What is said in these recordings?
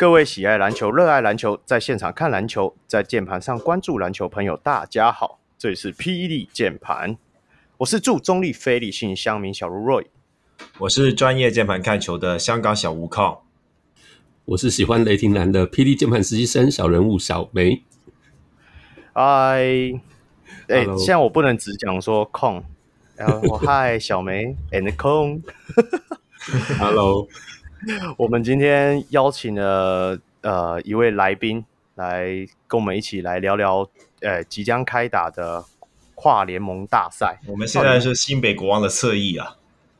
各位喜爱篮球、热爱篮球，在现场看篮球，在键盘上关注篮球朋友，大家好，这里是霹雳键盘，我是驻中立非理性乡民小如 Roy， 我是专业键盘看球的香港小吴靠， 我是喜欢雷霆蓝的霹雳键盘实习生小人物小梅。 现在我不能只讲说控，我嗨小梅 and 控 ，Hello。 我们今天邀请了一位来宾来跟我们一起来聊聊即将开打的跨联盟大赛。 我们现在是新北国王的侧翼啊。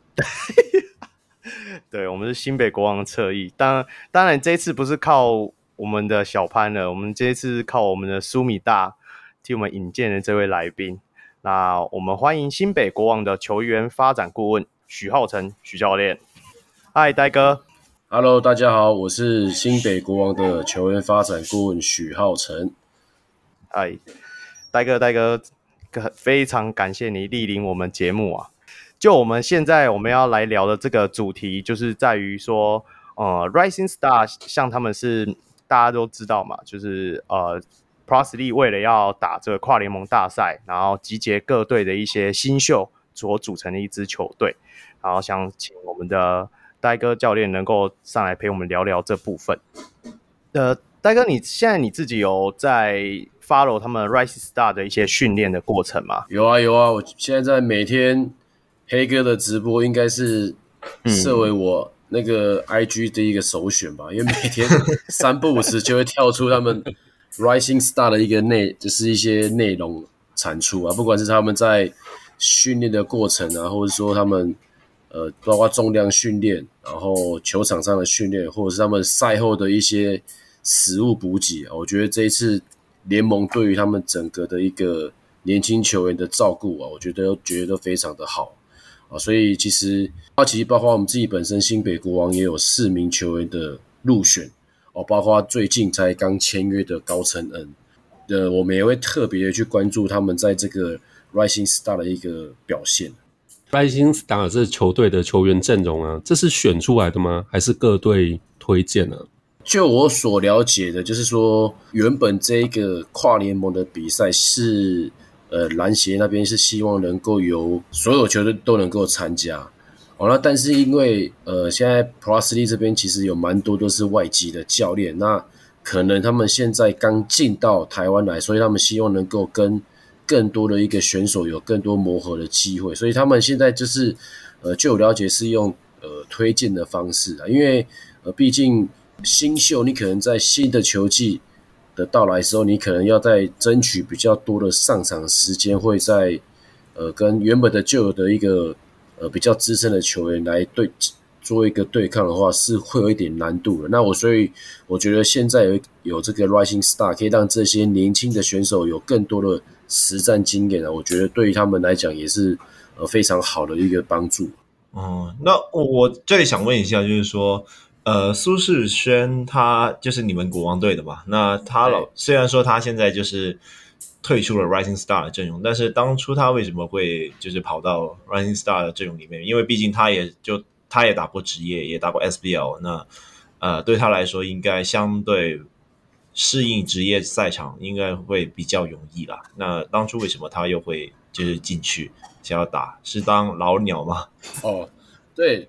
对，我们是新北国王的侧翼。当然这一次不是靠我们的小潘了，我们这一次是靠我们的苏米大替我们引荐的这位来宾。那我们欢迎新北国王的球员发展顾问许浩成许教练。嗨，呆哥。 Hello， 大家好，我是新北国王的球员发展顾问许浩成。 嗨，呆哥，非常感谢你莅临我们节目啊！就我们现在要来聊的这个主题，就是在于说，Rising Star 像他们是大家都知道嘛，就是Plus League 为了要打这个跨联盟大赛，然后集结各队的一些新秀所组成的一支球队，然后想请我们的呆哥教练能够上来陪我们聊聊这部分。呆哥，现在你自己有在 follow 他们 Rising Star 的一些训练的过程吗？ 有啊，我现在每天黑哥的直播应该是设为我那个 IG 的一个首选吧，因为每天3不5时就会跳出他们 Rising Star 的就是一些内容产出啊，不管是他们在训练的过程啊，或者说他们包括重量训练，然后球场上的训练，或者是他们赛后的一些食物补给啊，我觉得这一次联盟对于他们整个的一个年轻球员的照顾啊，我觉得都非常的好啊，所以其实包括我们自己本身新北国王也有4名球员的入选哦，包括最近才刚签约的高承恩，我们也会特别的去关注他们在这个 Rising Star 的一个表现。 Rising Star 是球队的球员阵容啊，这是选出来的吗？还是各队推荐呢？ 就我所了解的，就是说原本这个跨联盟的比赛是篮协那边是希望能够由所有球队都能够参加哦，那但是因为现在 Plus League 这边其实有蛮多都是外籍的教练，那可能他们现在刚进到台湾来，所以他们希望能够跟更多的一个选手有更多磨合的机会，所以他们现在就是就有了解是用推荐的方式啊，因为毕竟新秀你可能在新的球季的到来的时候，你可能要在争取比较多的上场时间，会在跟原本的旧有的一个比较资深的球员来做一个对抗的话，是会有一点难度的。那所以我觉得现在有这个 Rising Star 可以让这些年轻的选手有更多的实战经验啊，我觉得对于他们来讲也是非常好的一个帮助。 那我这里想问一下，就是说苏世轩他就是你们国王队的嘛，那他虽然说他现在就是退出了 Rising Star 的阵容，但是当初他为什么会就是跑到 Rising Star 的阵容里面？因为毕竟他也打过职业，也打过 SBL， 那对他来说应该相对适应职业赛场应该会比较容易啦。那当初为什么他又会就是进去想要打？是当老鸟吗？ 哦，对，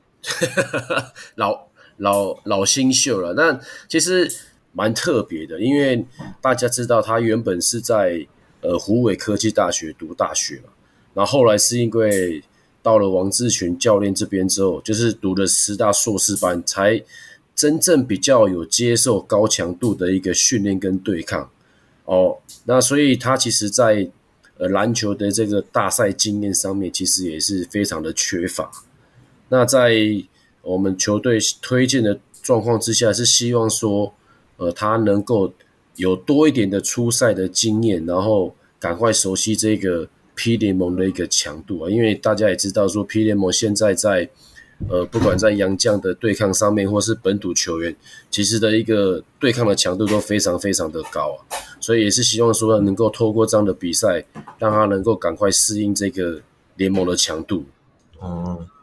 老新秀了。那其实蛮特别的，因为大家知道他原本是在虎尾科技大学读大学嘛，然后后来是因为到了王志群教练这边之后，就是读了师大硕士班，才真正比较有接受高强度的一个训练跟对抗哦。那所以他其实在篮球的这个大赛经验上面，其实也是非常的缺乏。那在我们球队推荐的状况之下，是希望说他能够有多一点的出赛的经验，然后赶快熟悉这个 P 联盟的一个强度啊，因为大家也知道说 P 联盟现在在不管在洋将的对抗上面，或是本土球员，其实的一个对抗的强度都非常非常的高啊，所以也是希望说能够透过这样的比赛，让他能够赶快适应这个联盟的强度。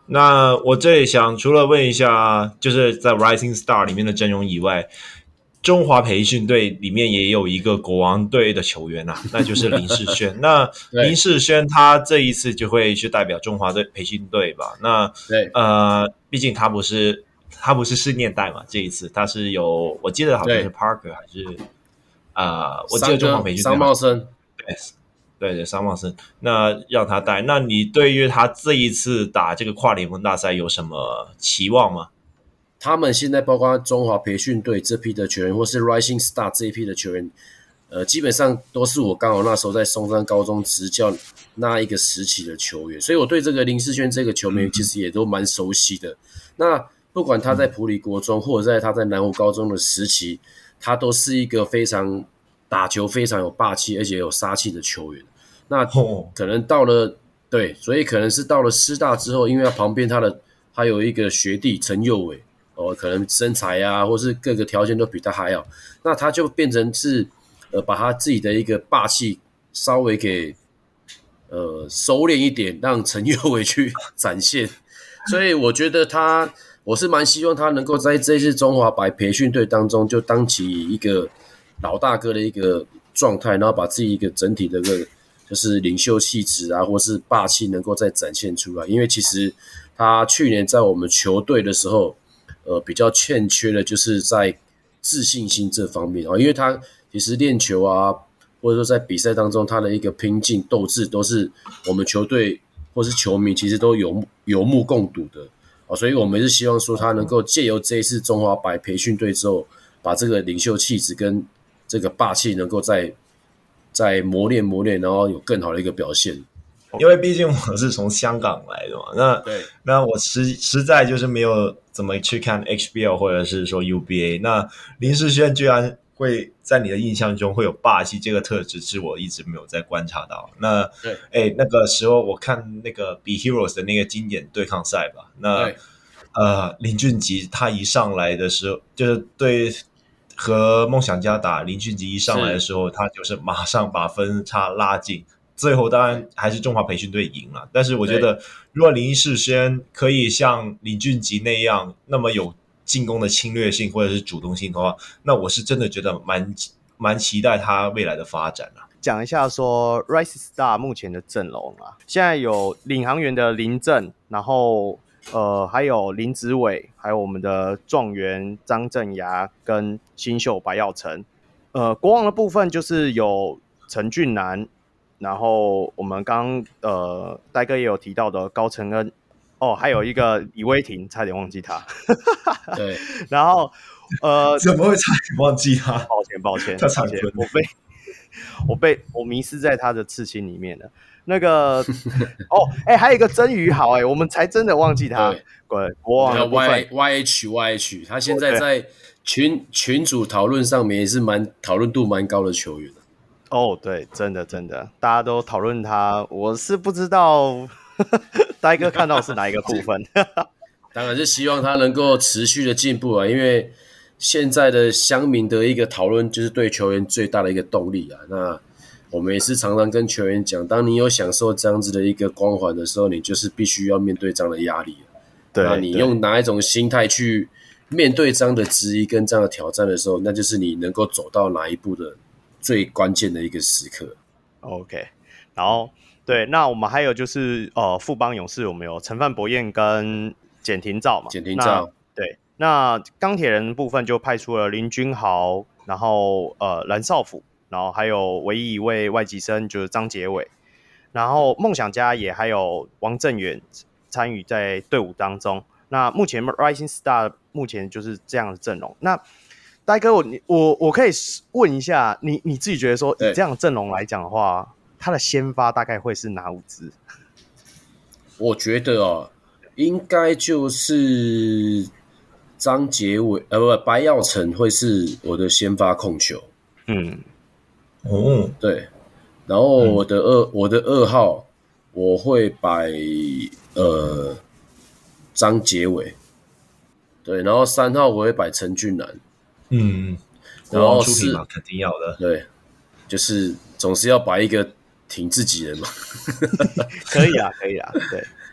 那我这里想除了问一下，就是在 Rising Star 里面的阵容以外，中华培训队里面也有一个国王队的球员啊，那就是林世轩。那林世轩他这一次就会去代表中华队培训队吧？那对， 毕竟他不是世念代嘛，这一次他是有，我记得好像是 Parker 还是我记得中华培训队桑茂生， 对，桑茂生，那让他带。那你对于他这一次打这个跨联盟大赛有什么期望吗？ 他们现在包括中华培训队这批的球员，或是 Rising Star 这一批的球员，基本上都是我刚好那时候在松山高中执教那一个时期的球员，所以我对这个林世轩这个球员其实也都蛮熟悉的。那不管他在埔里国中，或者在他在南湖高中的时期，他都是一个非常打球非常有霸气而且有杀气的球员。那可能到了对，所以可能是到了师大之后，因为他旁边他有一个学弟陈佑伟。可能身材啊，或是各个条件都比他还好，那他就变成是把他自己的一个霸气稍微给收敛一点，让陈佑伟去展现。所以我觉得我是蛮希望他能够在这次中华白培训队当中就当起一个老大哥的一个状态，然后把自己一个整体的就是领袖气质啊，或是霸气能够再展现出来。因为其实他去年在我们球队的时候。比较欠缺的就是在自信心这方面因为他其实练球啊，或者说在比赛当中他的一个拼劲斗志，都是我们球队或是球迷其实都有目共睹的所以我们是希望说他能够借由这一次中华白培训队之后，把这个领袖气质跟这个霸气能够再磨练，然后有更好的一个表现。 因为毕竟我是从香港来的嘛，那我实在就是没有怎么去看 HBL 或者是说 UBA。那林世轩居然会在你的印象中会有霸气这个特质，是我一直没有在观察到。那那个时候我看那个 Be Heroes 的那个经典对抗赛吧，那林俊吉他一上来的时候，就是对和梦想家打，林俊吉一上来的时候，他就是马上把分差拉近。最后当然还是中华培训队赢了，但是我觉得如果林世轩可以像林俊吉那样那么有进攻的侵略性或者是主动性的话，那我是真的觉得蛮期待他未来的发展啊。 讲一下说 Rising Star 目前的阵容啊，现在有领航员的林正，然后还有林子伟，还有我们的状元张镇牙跟新秀白耀成。国王的部分就是有陈俊南。然后我们刚戴哥也有提到的高承恩，还有一个李威霆，差点忘记他。 对， 然后怎么会差点忘记他？ 抱歉， 他长春， 我迷失在他的刺青里面了。那个还有一个曾宇豪，我们才真的忘记他。国王的部分 YH， 他现在在群组讨论上面也是讨论度蛮高的球员。 对，真的，大家都讨论他，我是不知道呆哥看到是哪一个部分。 当然是希望他能够持续的进步啊，因为现在的乡民的一个讨论就是对球员最大的一个动力啊。那我们也是常常跟球员讲，当你有享受这样子的一个光环的时候，你就是必须要面对这样的压力。 对， 那你用哪一种心态去面对这样的质疑跟这样的挑战的时候，那就是你能够走到哪一步的最关键的一个时刻。 OK， 然后对，那我们还有就是富邦勇士，我们有陈范博彦跟简廷照嘛。 简廷照， 对，那钢铁人的部分就派出了林君豪，然后蓝少辅，然后还有唯一一位外籍生就是张杰伟，然后梦想家也还有王正源参与在队伍当中。那目前 Rising Star 目前就是这样的阵容。那呆哥，我可以问一下，你自己觉得说，以这样的阵容来讲的话，他的先发大概会是哪5支？ 我觉得应该就是张杰伟，白耀成会是我的先发控球。对，然后我的2号我会摆张杰伟，对，然后3号我会摆陈俊南。然后出品嘛，肯定要的。 对，就是总是要摆一个挺自己人嘛。 可以啦，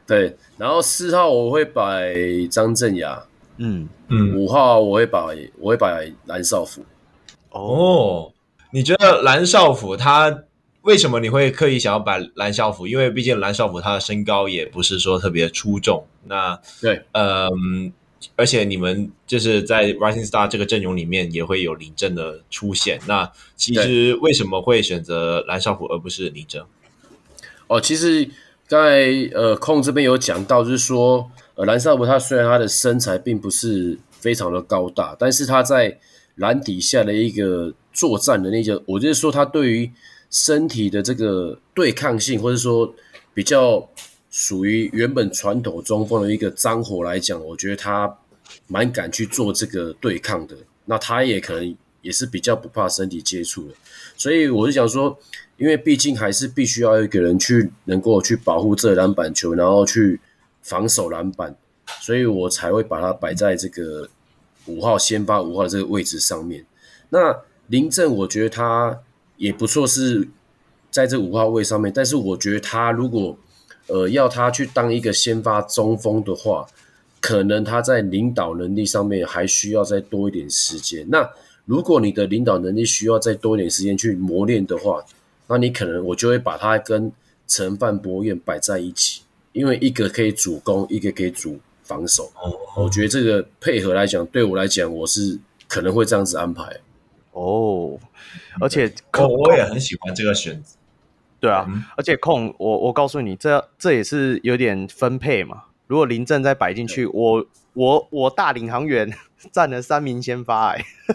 对，然后4号我会摆张镇雅，5号我会摆蓝少辅。 哦，你觉得蓝少辅他为什么你会刻意想要摆蓝少辅？因为毕竟蓝少辅他的身高也不是说特别出众，那对， 而且你们就是在 Rising Star 这个阵容里面也会有林正的出现，那其实为什么会选择蓝少辅而不是林正？ 其实刚才控这边有讲到，就是说蓝少辅他虽然他的身材并不是非常的高大，但是他在篮底下的一个作战的那个，我就是说他对于身体的这个对抗性，或者说比较属于原本传统中锋的一个脏活来讲，我觉得他蛮敢去做这个对抗的。那他也可能也是比较不怕身体接触的，所以我就想说，因为毕竟还是必须要有一个人去能够去保护这篮板球，然后去防守篮板，所以我才会把它摆在这个5号先发5号的这个位置上面。那林正我觉得他也不错，是在这5号位上面，但是我觉得他如果要他去当一个先发中锋的话，可能他在领导能力上面还需要再多一点时间。那如果你的领导能力需要再多一点时间去磨练的话，那你可能我就会把他跟陈范博彦摆在一起，因为一个可以主攻，一个可以主防守。我觉得这个配合来讲，对我来讲，我是可能会这样子安排。 而且我也很喜欢这个选择。 对啊，而且我告诉你，这也是有点分配嘛。如果林正再摆进去，我大领航员占了3名先发，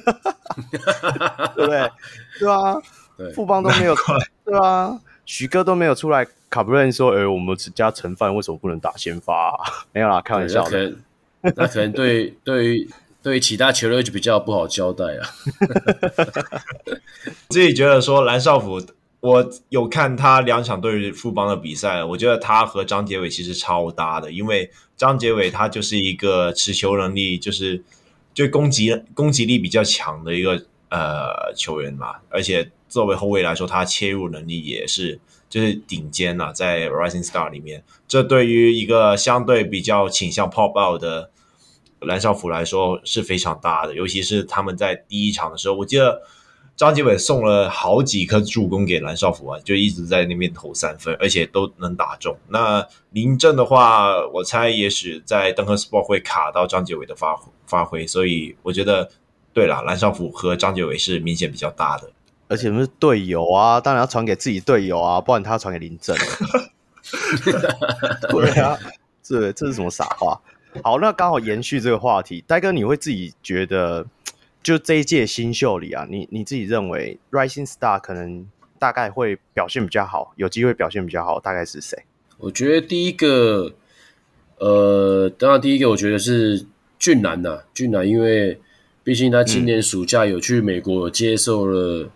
对不对？对啊，富邦都没有，对啊，许哥都没有出来。卡布伦说：“我们加陈范为什么不能打先发没有啦，开玩笑的。 那可能对于其他球队就比较不好交代啊。 自己觉得说蓝少辅，我有看他2场对于富邦的比赛，我觉得他和张杰伟其实超搭的，因为张杰伟他就是一个持球能力就攻击力比较强的一个球员嘛，而且作为后卫来说，他切入能力也是就是顶尖啊，在 Rising Star 里面，这对于一个相对比较倾向 pop out 的蓝少辅来说是非常大的，尤其是他们在第1场的时候，我记得张杰伟送了好几颗助攻给蓝少辅啊，就一直在那边投3分，而且都能打中。那林正的话，我猜也许在登贺 Sport 会卡到张杰伟的发挥，所以我觉得对啦，蓝少辅和张杰伟是明显比较大的。 而且我们是队友啊，当然要传给自己队友啊，不然他要传给林正。对啊，这是什么傻话？好，那刚好延续这个话题，呆哥，你会自己觉得，就这一届新秀里啊，你自己认为 Rising Star 可能大概会表现比较好，有机会表现比较好，大概是谁？ 我觉得第一个，当然第一个我觉得是俊男呐，俊男，因为毕竟他今年暑假有去美国接受了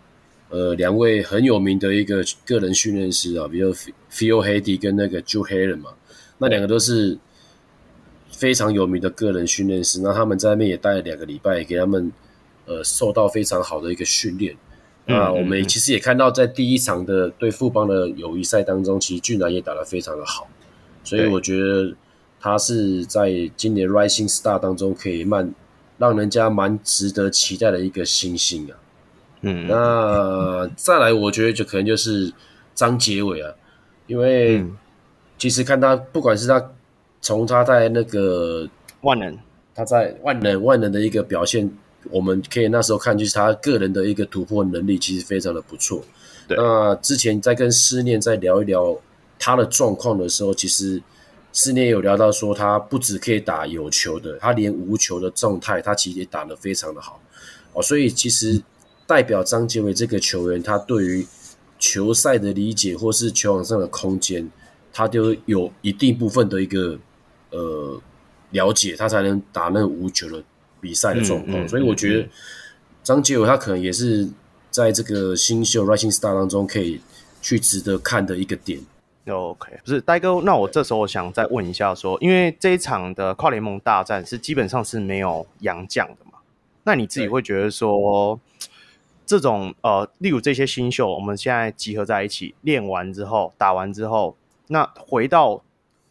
2位很有名的一个个人训练师啊，比如 Phil Hady 跟那个 Joe Heron 嘛，那2个都是非常有名的个人训练师，那他们在那边也待了2个礼拜，给他们受到非常好的一个训练。那我们其实也看到，在第1场的对富邦的友谊赛当中，其实俊男也打得非常的好，所以我觉得他是在今年 Rising Star 当中可以让人家蛮值得期待的一个新星啊。那再来，我觉得就可能就是张杰伟啊，因为其实看他，不管是他从他在那个他在万能的一个表现，我们可以那时候看，就是他个人的一个突破能力其实非常的不错。那之前在跟思念在聊一聊他的状况的时候，其实思念有聊到说，他不只可以打有球的，他连无球的状态，他其实也打得非常的好。所以其实代表张杰伟这个球员，他对于球赛的理解或是球场上的空间，他就有一定部分的一个了解，他才能打那无球的比赛的状况。所以我觉得张杰伟他可能也是在这个新秀 Rising Star 当中可以去值得看的一个点。 OK， 不是呆哥，那我这时候想再问一下说，因为这一场的跨联盟大战是基本上是没有洋将的嘛？那你自己会觉得说，这种例如这些新秀，我们现在集合在一起练完之后，打完之后，那回到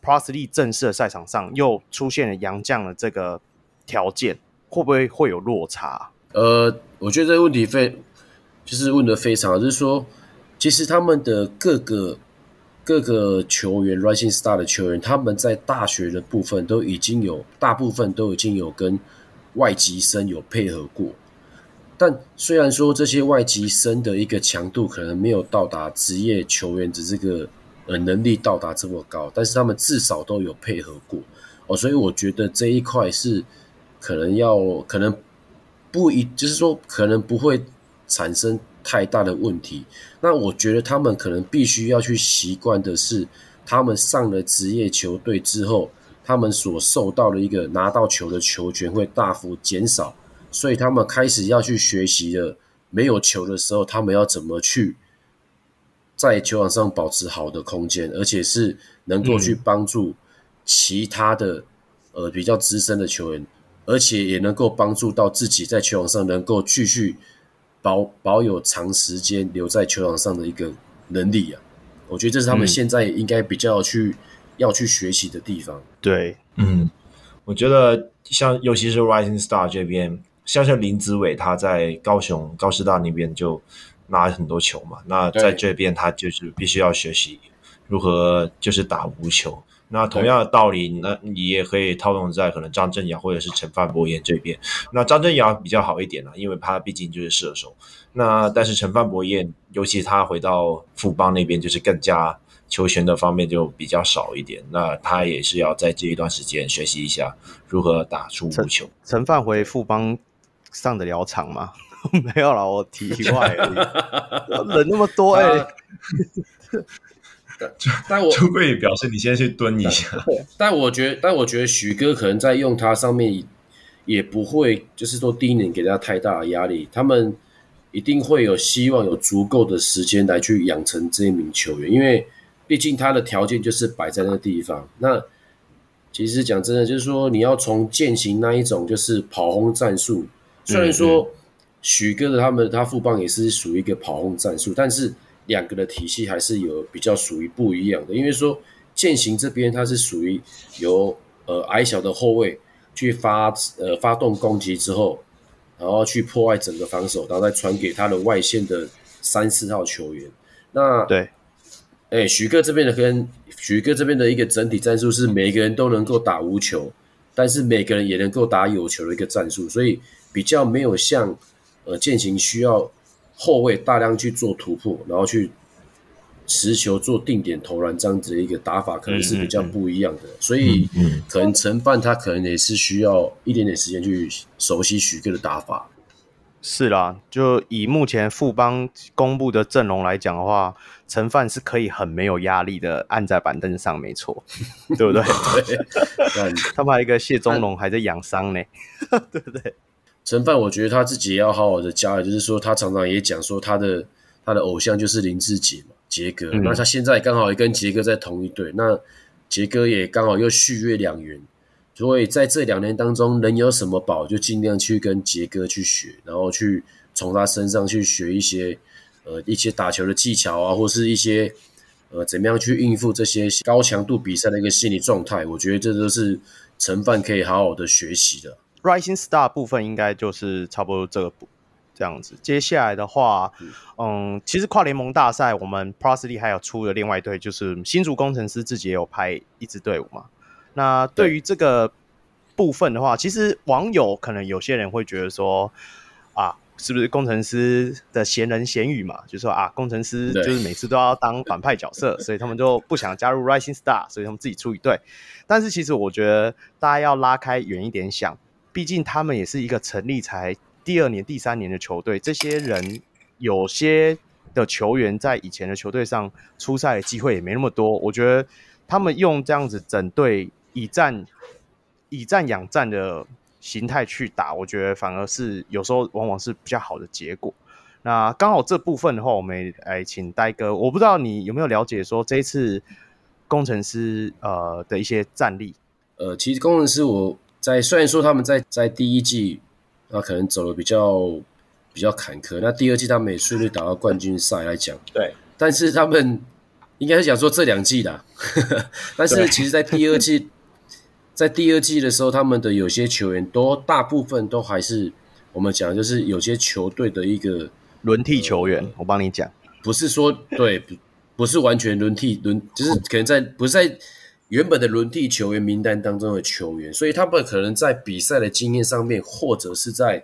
Plus League 正式的赛场上又出现了洋将的这个条件，会不会有落差？ 我觉得这个问题就是问得非常好，就是说，其实他们的各个球员 ，Rising Star 的球员，他们在大学的部分大部分都已经有跟外籍生有配合过。但虽然说这些外籍生的一个强度可能没有到达职业球员的这个能力到达这么高，但是他们至少都有配合过所以我觉得这一块是可能就是说可能不会产生太大的问题。那我觉得他们可能必须要去习惯的是，他们上了职业球队之后，他们所受到的一个拿到球的球权会大幅减少，所以他们开始要去学习了，没有球的时候，他们要怎么去在球场上保持好的空间，而且是能够去帮助其他的比较资深的球员，而且也能够帮助到自己在球场上能够继续保有长时间留在球场上的一个能力啊。我觉得这是他们现在应该比较要去学习的地方。 对， 我觉得尤其是 Rising Star 这边，像是林子伟他在高师大那边就拿很多球嘛，那在这边他就是必须要学习如何就是打无球。那同样的道理，那你也可以套用在可能张镇阳或者是陈范博彦这边。那张镇阳比较好一点因为他毕竟就是射手。那但是陈范博彦，尤其他回到富邦那边，就是更加球权的方面就比较少一点。那他也是要在这一段时间学习一下如何打出无球。 陈范回富邦上得了场吗？没有啦，我题外而已。人那么多但我朱贵表示你先去蹲一下。 但我觉得许哥可能在用他上面也不会就是说第一年给他太大的压力，他们一定会有希望有足够的时间来去养成这一名球员，因为毕竟他的条件就是摆在那个地方。那其实讲真的，就是说你要从践行那一种就是跑轰战术，虽然说许哥的他富邦也是属于一个跑轰战术，但是两个的体系还是有比较属于不一样的。因为说践行这边它是属于由矮小的后卫去发动攻击之后，然后去破坏整个防守，然后再传给他的外线的3、4号球员。那对， 许哥这边的一个整体战术是每个人都能够打无球，但是每个人也能够打有球的一个战术，所以比较没有像践行需要后卫大量去做突破，然后去持球做定点投篮这样子的一个打法，可能是比较不一样的。所以可能陈范他可能也是需要一点点时间去熟悉许哥的打法。 是啦，就以目前富邦公布的阵容来讲的话，陈范是可以很没有压力的按在板凳上，没错，对不对？ 对， 他们还有一个谢宗龙还在养伤呢，对不对？ 陈范我觉得他自己也要好好的加油，就是说他常常也讲说他的偶像就是林志杰嘛，杰哥。那他现在刚好也跟杰哥在同一队，那杰哥也刚好又续约2元。所以在这2年当中，能有什么宝就尽量去跟杰哥去学，然后去从他身上去学一些打球的技巧啊，或是一些怎么样去应付这些高强度比赛的一个心理状态。我觉得这都是陈范可以好好的学习的。 Rising Star 部分应该就是差不多这样子。接下来的话，其实跨联盟大赛我们 Plus League 还有出了另外一队，就是新竹工程师自己也有派一支队伍嘛。那对于这个部分的话，其实网友可能有些人会觉得说是不是工程师的闲人闲语嘛？就说工程师就是每次都要当反派角色，所以他们就不想加入 Rising Star， 所以他们自己出一队。但是其实我觉得大家要拉开远一点想，毕竟他们也是一个成立才第2年、第3年的球队，这些人有些的球员在以前的球队上出赛的机会也没那么多，我觉得他们用这样子整队以战养战的形态去打，我觉得反而是有时候往往是比较好的结果。那刚好这部分的话，我们来请呆哥，我不知道你有没有了解说这一次工程师的一些战力。 其实工程师虽然说他们在第一季可能走的比较坎坷，那第2季他们也顺利打到冠军赛来讲， 对， 但是他们应该是讲说这2季啦，但是其实在第二季的时候，他们的有些球员大部分都还是我们讲就是有些球队的一个轮替球员，我帮你讲， 不是说对，不是完全就是可能不是在原本的轮替球员名单当中的球员，所以他们可能在比赛的经验上面，或者是在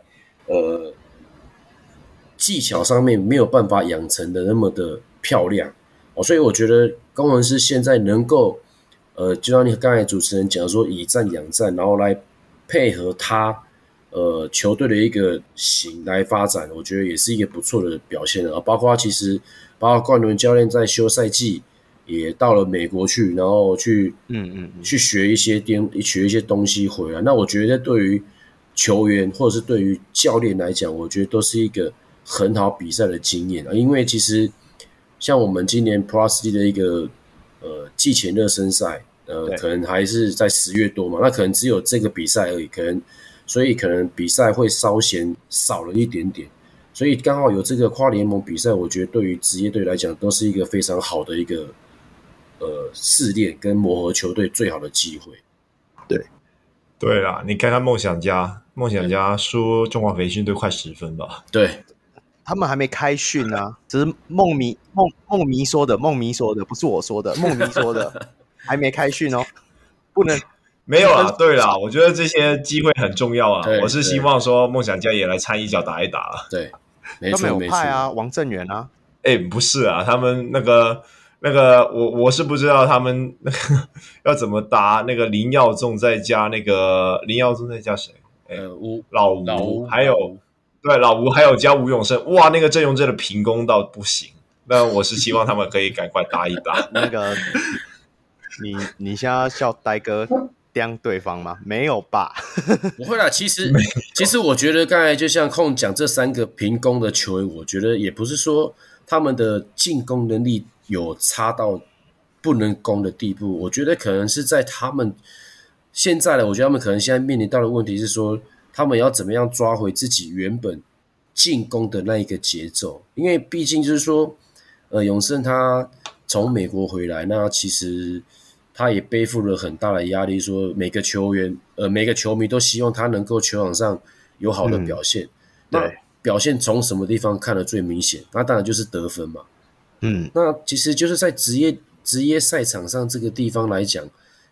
技巧上面没有办法养成的那么的漂亮所以我觉得工程师现在能够就像你刚才主持人讲说以战养战，然后来配合他球队的一个型来发展，我觉得也是一个不错的表现包括冠伦教练在休赛季也到了美国去，然后去学一些东西回来。那我觉得对于球员或者是对于教练来讲，我觉得都是一个很好比赛的经验因为其实像我们今年 Plus D 的一个季前热身赛可能还是在10月多嘛，那可能只有这个比赛而已，所以可能比赛会稍显少了一点点，所以刚好有这个跨联盟比赛，我觉得对于职业队来讲都是一个非常好的一个试炼跟磨合球队最好的机会。 对啦，你看看梦想家输中华培训队快10分吧？ 对， 他们还没开训啊，只是梦迷说的，不是我说的，梦迷说的，还没开训哦，不能没有啦，对啦，我觉得这些机会很重要啊。我是希望说梦想家也来掺一脚打一打啦。 对，没他们错有派啊，王正源啊。 不是啊，他们那个我是不知道他们那个要怎么打那个林耀宗再加谁？老吴，还有对老吴，还有加吴永胜，哇，那个阵容真的平攻到不行。那我是希望他们可以赶快打一打。 那个你现在要笑呆哥刁对方吗？没有吧？ 不会啦，其实我觉得刚才就像控讲这3个平攻的球员，我觉得也不是说他们的进攻能力有差到不能攻的地步，我觉得可能是在他们现在我觉得他们可能现在面临到的问题是说，他们要怎么样抓回自己原本进攻的那一个节奏，因为毕竟就是说，永胜他从美国回来，那其实他也背负了很大的压力，说每个球迷都希望他能够球场上有好的表现。那表现从什么地方看得最明显？那当然就是得分嘛。那其实就是在职业赛场上这个地方来讲，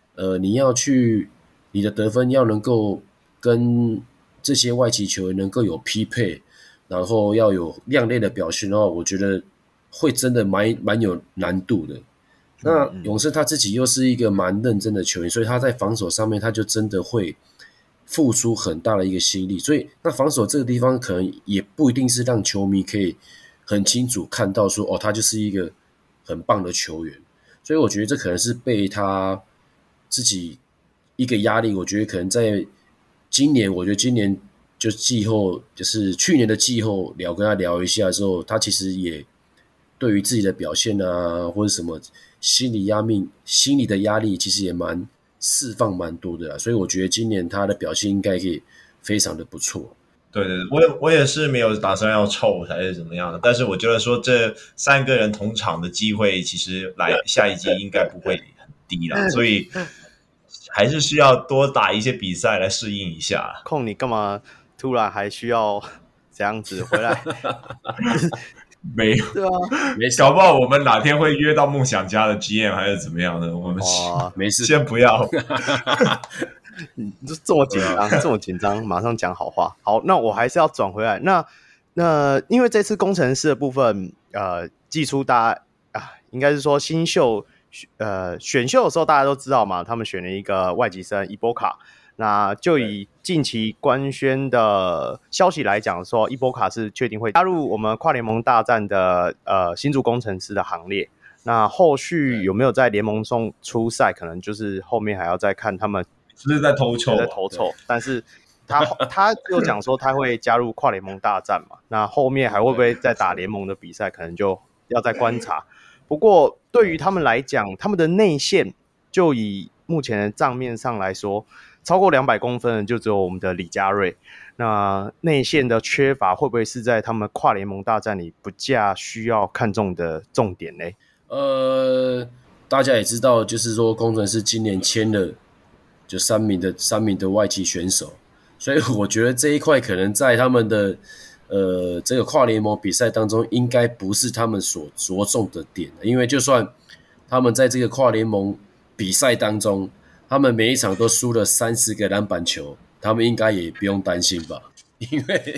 你的得分要能够跟这些外籍球员能够有匹配，然后要有亮丽的表现的话，我觉得会真的蛮有难度的。那勇士他自己又是一个蛮认真的球员，所以他在防守上面他就真的会付出很大的一个心力，所以那防守这个地方可能也不一定是让球迷可以很清楚看到说他就是一个很棒的球员，所以我觉得这可能是被他自己一个压力，我觉得可能在今年就季后就是去年的季后跟他聊一下之后，他其实也对于自己的表现啊或者什么心理的压力其实也释放蛮多的啦，所以我觉得今年他的表现应该可以非常的不错。 对，我也是没有打算要凑还是怎么样的，但是我觉得说这3个人同场的机会，其实来下一季应该不会很低啦，所以还是需要多打一些比赛来适应一下。 控你干嘛突然还需要这样子回来？ 没有， 对啊， 搞不好我们哪天会约到梦想家的 GM 还是怎么样的，我们没事， 先不要。 你这么紧张，马上讲好话。好，那我还是要转回来。那因为这次工程师的部分，寄出大家应该是说新秀，选秀的时候大家都知道嘛，他们选了一个外籍生伊波卡。那就以近期官宣的消息来讲说，伊波卡是确定会加入我们跨联盟大战的新竹工程师的行列。那后续有没有在联盟中出赛，可能就是后面还要再看他们是不是在偷臭？ 在偷臭，但是他又讲说他会加入跨联盟大战嘛，那后面还会不会再打联盟的比赛，可能就要再观察。不过对于他们来讲，他们的内线就以目前的账面上来说，超过200公分的就只有我们的李家瑞。那内线的缺乏会不会是在他们跨联盟大战里不价需要看重的重点呢？ 大家也知道，就是说工程师今年签了就三名的外籍选手，所以我觉得这一块可能在他们的这个跨联盟比赛当中，应该不是他们所着重的点，因为就算他们在这个跨联盟比赛当中，他们每一场都输了30个篮板球，他们应该也不用担心吧，因为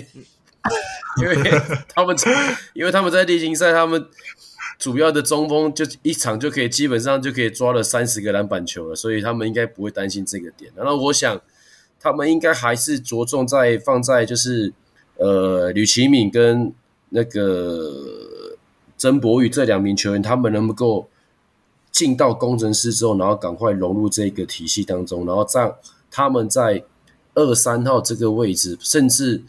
他们在例行赛，他们主要的中锋就一场就可以基本上就可以抓了30个篮板球了，所以他们应该不会担心这个点。然后我想他们应该还是着重放在就是吕其敏跟那个曾博宇这2名球员，他们能够进到工程师之后，然后赶快融入这个体系当中，然后这样他们在2、3号这个位置，甚至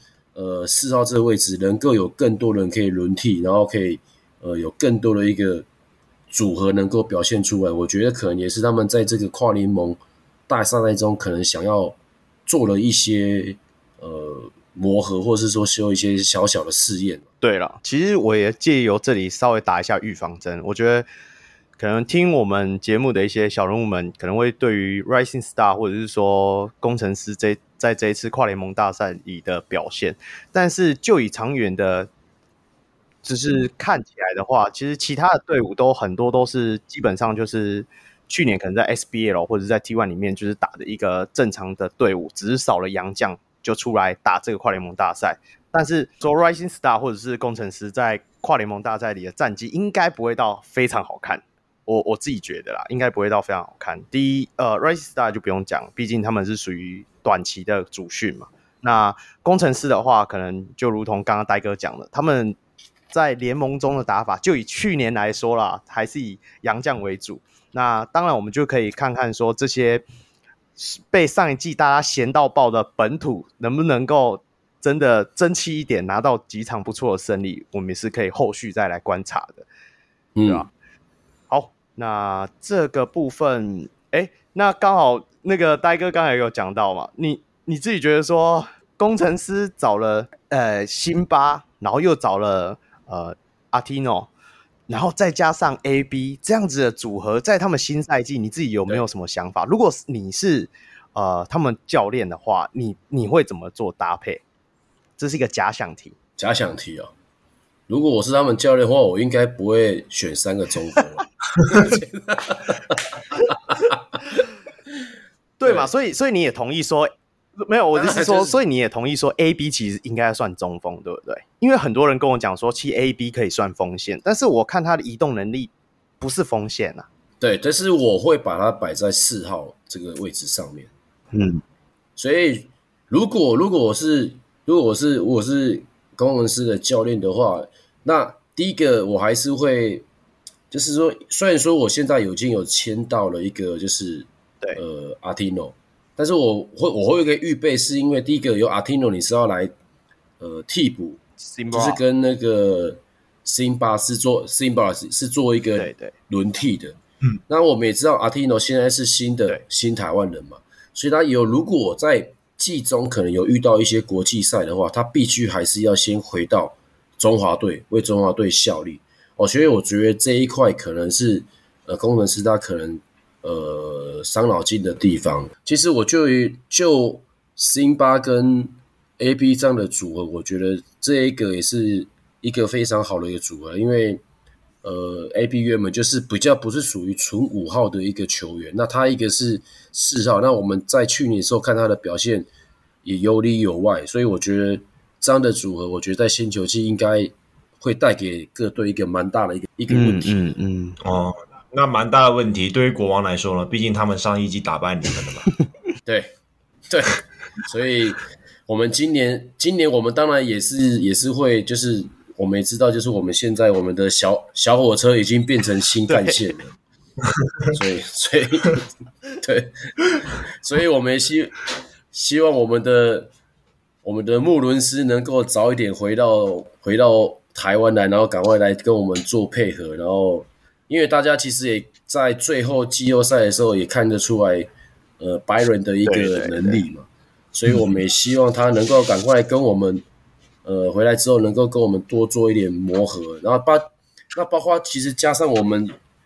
4号这个位置，能够有更多人可以轮替，然后可以有更多的一个组合能够表现出来。我觉得可能也是他们在这个跨联盟大赛中可能想要做了一些磨合，或者是说修一些小小的试验。 对了，其实我也借由这里稍微打一下预防针。我觉得可能听我们节目的一些小人物们，可能会对于 Rising Star 或者是说工程师在这一次跨联盟大赛里的表现，但是就以长远的，就是看起来的话，其实其他的队伍都很多都是基本上就是去年可能在 SBL 或者在 T1 里面就是打的一个正常的队伍，只是少了洋将就出来打这个跨联盟大赛。但是说 Rising Star 或者是工程师在跨联盟大赛里的战绩应该不会到非常好看。我自己觉得啦，应该不会到非常好看。第一，Rising Star 就不用讲，毕竟他们是属于短期的主训嘛。那工程师的话，可能就如同刚刚呆哥讲的，他们在联盟中的打法，就以去年来说啦，还是以洋将为主。那当然，我们就可以看看说这些被上一季大家嫌到爆的本土，能不能够真的争气一点，拿到几场不错的胜利，我们也是可以后续再来观察的，对吧？好，那这个部分，那刚好那个呆哥刚才有讲到嘛，你自己觉得说，工程师找了辛巴，然后又找了阿提诺，然后再加上 AB 这样子的组合，在他们新赛季，你自己有没有什么想法？如果你是他们教练的话，你会怎么做搭配？这是一个假想题。 假想题哦，如果我是他们教练的话，我应该不会选3个中锋。 对嘛？所以你也同意说，没有，我就是说，所以你也同意说 ，AB 其实应该算中锋，对不对？因为很多人跟我讲说，其实 AB 可以算锋线，但是我看他的移动能力不是锋线啊。 对，但是我会把它摆在4号这个位置上面。所以如果我是工程师的教练的话，那第一个我还是会，就是说，虽然说我现在已经有签到了一个就是阿提诺，但是我会有一个预备，是因为第一个有阿提诺，你是要来替补，就是跟那个辛巴是做一个轮替的。那我们也知道阿提诺现在是新台湾人嘛，所以他如果在季中可能有遇到一些国际赛的话，他必须还是要先回到中华队为中华队效力。所以我觉得这一块可能是工程师他可能伤脑筋的地方。其实我就辛巴跟 AB 这样的组合，我觉得这一个也是一个非常好的一个组合，因为AB 原本就是比较不是属于纯5号的一个球员，那他一个是4号，那我们在去年的时候看他的表现也有里有外，所以我觉得这样的组合，我觉得在新球季应该会带给各队一个蛮大的一个问题。 那蛮大的问题。对于国王来说呢，毕竟他们上一季打败你们了嘛。 对，所以我们今年我们当然也是会，就是我们也知道，就是我们现在我们的小火车已经变成新干线了，所以我们也希望我们的穆伦斯能够早一点回到台湾来，然后赶快来跟我们做配合，然后因为大家其实也在最后季后赛的时候也看得出来Byron 的一个能力嘛，所以我们也希望他能够赶快跟我们回来之后能够跟我们多做一点磨合，然后包括其实加上我们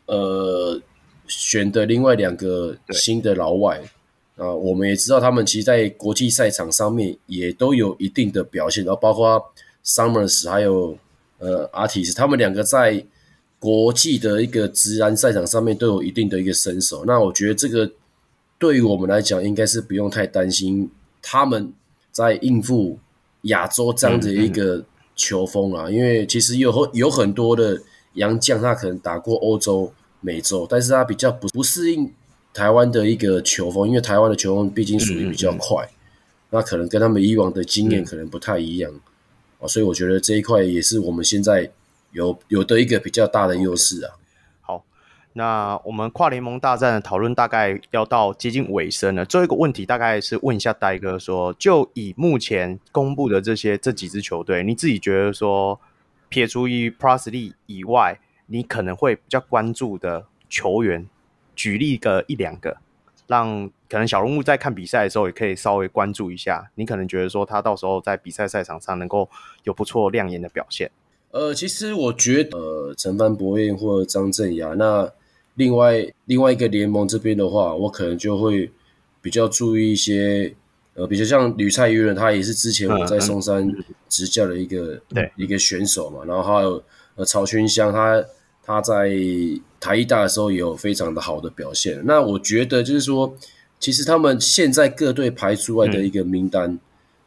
选的另外2个新的老外我们也知道他们其实在国际赛场上面也都有一定的表现，然后包括 Summers 还有Artis， 他们2个在国际的一个职篮赛场上面都有一定的一个身手。那我觉得这个对于我们来讲应该是不用太担心他们在应付亚洲这样的一个球风啦，因为其实有很多的洋将他可能打过欧洲美洲，但是他比较不适应台湾的一个球风，因为台湾的球风毕竟属于比较快，那可能跟他们以往的经验可能不太一样所以我觉得这一块也是我们现在有的一个比较大的优势啊。 好，那我们跨联盟大战的讨论大概要到接近尾声了，最后一个问题大概是问一下呆哥说，就以目前公布的这几支球队，你自己觉得说撇除于 Presley 以外，你可能会比较关注的球员，举例个1-2个，让可能小人物在看比赛的时候也可以稍微关注一下，你可能觉得说他到时候在比赛赛场上能够有不错亮眼的表现。 其实我觉得陈帆博彦或者张镇雅，那另外一个联盟这边的话，我可能就会比较注意一些比较像吕蔡余人，他也是之前我在松山执教的一个选手嘛，然后还有曹勋香，他在台艺大的时候也有非常的好的表现。那我觉得就是说，其实他们现在各队排出来的一个名单，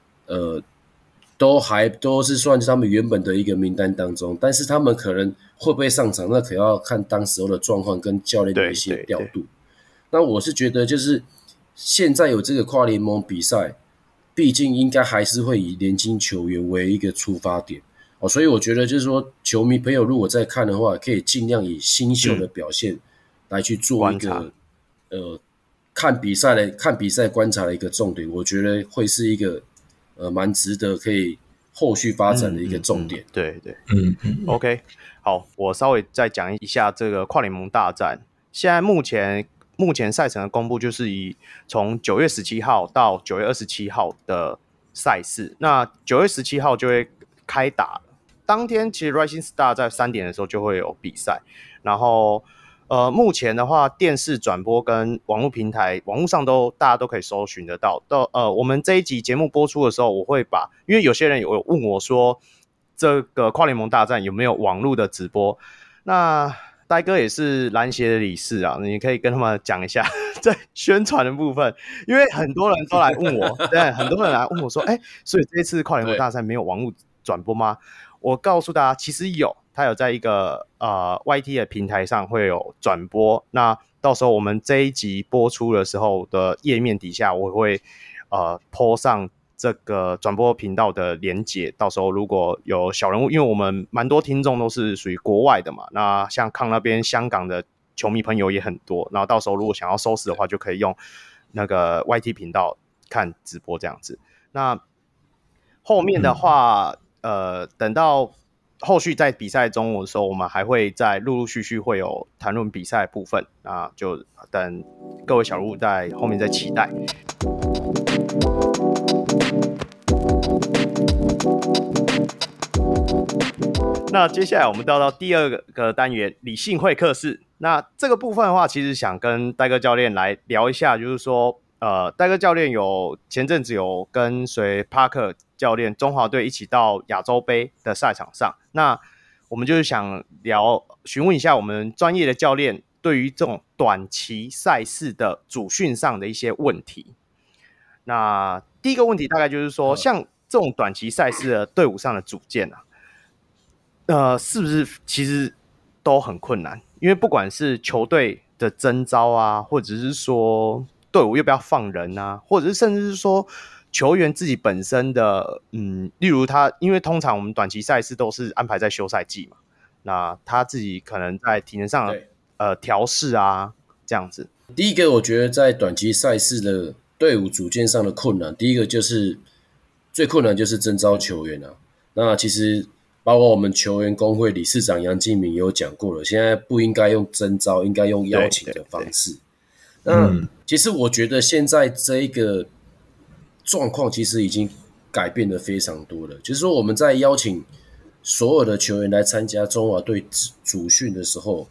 都是算是他们原本的一个名单当中，但是他们可能会不会上场，那可要看当时候的状况跟教练的一些调度。那我是觉得就是现在有这个跨联盟比赛，毕竟应该还是会以年轻球员为一个出发点所以我觉得就是说，球迷朋友如果在看的话，可以尽量以新秀的表现来去做一个看比赛观察的一个重点，我觉得会是一个蛮值得可以后续发展的一个重点。 对对，OK， 好，我稍微再讲一下这个跨联盟大战。现在目前赛程的公布就是以从9月17号到9月27号的赛事，那9月17号就会开打了。当天其实 Rising Star 在3点的时候就会有比赛，然后目前的话，电视转播跟网络平台，网络上大家都可以搜寻得到。我们这一集节目播出的时候，我会因为有些人有问我说，这个跨联盟大战有没有网络的直播？那呆哥也是篮协的理事啊，你可以跟他们讲一下在宣传的部分，因为很多人都来问我，对，很多人来问我说，所以这次跨联盟大战没有网络转播吗？我告诉大家，其实它有在一个YT 的平台上会有转播。那到时候我们这一集播出的时候的页面底下，我会po 上这个转播频道的连结。到时候如果有小人物，因为我们蛮多听众都是属于国外的嘛，那像康那边香港的球迷朋友也很多，然后到时候如果想要收视的话，就可以用那个 YT 频道看直播这样子。那后面的话，等到后续在比赛中的时候，我们还会再陆续会有谈论比赛的部分，那就等各位小人物在后面再期待。那接下来我们到第2个单元理性会客室。那这个部分的话，其实想跟呆哥教练来聊一下，就是说呆哥教练前阵子有跟随帕克教练中华队一起到亚洲杯的赛场上，那我们就是想询问一下我们专业的教练对于这种短期赛事的主训上的一些问题。那第一个问题大概就是说，像这种短期赛事的队伍上的组建是不是其实都很困难？因为不管是球队的征召啊，或者是说队伍要不要放人啊，或者是甚至是说球员自己本身的例如因为通常我们短期赛事都是安排在休赛季嘛，那他自己可能在体能上调试啊这样子。 第一个我觉得在短期赛事的队伍组建上的困难，第一个就是最困难就是征召球员啊。那其实包括我们球员工会理事长杨敬敏也有讲过了，现在不应该用征召，应该用邀请的方式。那其实我觉得现在这一个状况其实已经改变的非常多了，就是说我们在邀请所有的球员来参加中华队主训的时候，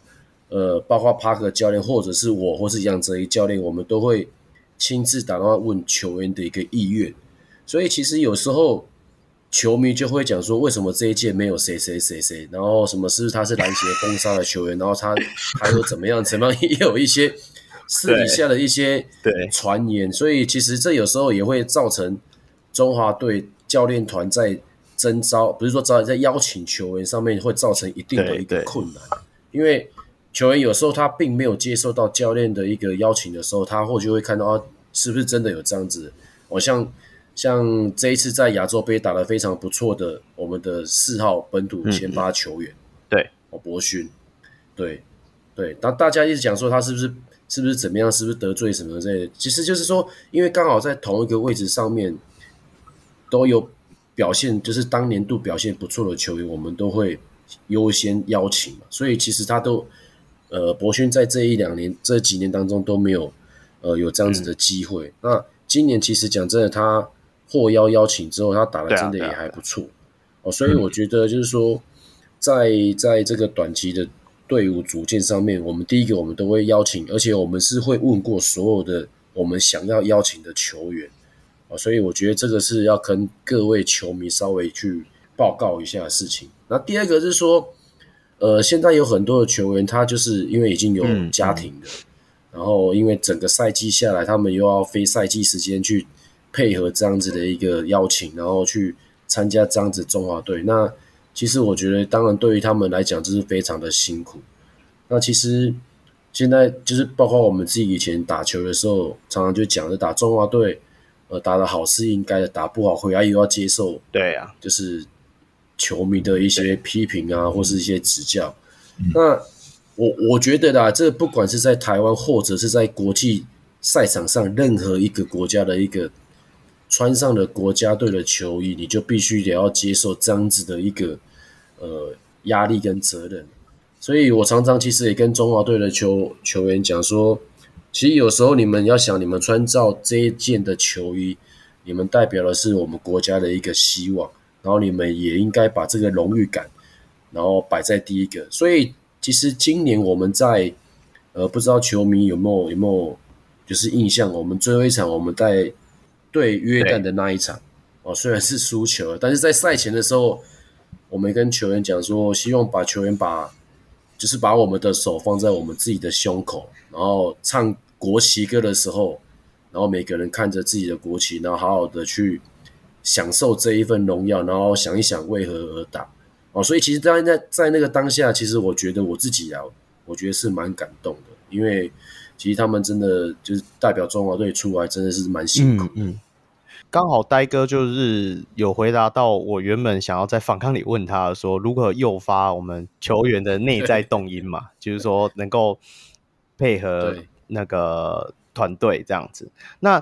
包括帕克教练或者是我或是杨哲一教练，我们都会亲自打电话问球员的一个意愿。所以其实有时候球迷就会讲说，为什么这一届没有谁谁谁谁，然后什么是不是他是篮协封杀的球员，然后他又怎么样，也有一些私底下的一些传言，所以其实这有时候也会造成中华队教练团在征召，不是说在邀请球员上面会造成一定的一个困难，因为球员有时候他并没有接受到教练的一个邀请的时候，他或许会看到是不是真的有这样子，像这一次在亚洲杯打得非常不错的我们的4号本土先发球员， 对， 博勋，对，大家一直讲说他是不是怎么样，是不是得罪什么之类的，其实就是说，因为刚好在同一个位置上面都有表现，就是当年度表现不错的球员，我们都会优先邀请嘛，所以其实他都博勋在这几年当中都没有有这样子的机会，那今年其实讲真的，他获邀请之后，他打得真的也还不错，所以我觉得就是说，在这个短期的队伍组建上面，我们第一个我们都会邀请，而且我们是会问过所有的我们想要邀请的球员，所以我觉得这个是要跟各位球迷稍微去报告一下的事情。那第二个是说，现在有很多的球员，他就是因为已经有家庭了，然后因为整个赛季下来，他们又要非赛季时间去配合这样子的一个邀请，然后去参加这样子中华队。那其实我觉得，当然对于他们来讲，这是非常的辛苦。那其实现在就是包括我们自己以前打球的时候，常常就讲着打中华队，打得好是应该的，打不好回来又要接受， 对啊， 就是球迷的一些批评啊，或是一些指教。那我觉得啦，这不管是在台湾或者是在国际赛场上，任何一个国家的一个穿上了国家队的球衣，你就必须得要接受这样子的一个压力跟责任。所以我常常其实也跟中华队的球员讲说，其实有时候你们要想，你们穿照这一件的球衣，你们代表的是我们国家的一个希望，然后你们也应该把这个荣誉感，然后摆在第一个。所以其实今年我们在不知道球迷有没有就是印象，我们最后一场我们在对约旦的那一场，虽然是输球了，但是在赛前的时候，我们跟球员讲说，希望把球员就是把我们的手放在我们自己的胸口，然后唱国旗歌的时候，然后每个人看着自己的国旗，然后好好的去享受这一份荣耀，然后想一想为何而打。所以其实在那个当下，其实我觉得我自己我觉得是蛮感动的，因为其实他们真的就是代表中华队出来，真的是蛮辛苦的。 刚好呆哥就是有回答到我原本想要在访纲里问他的说，如何诱发我们球员的内在动因嘛，就是说能够配合那个团队这样子。那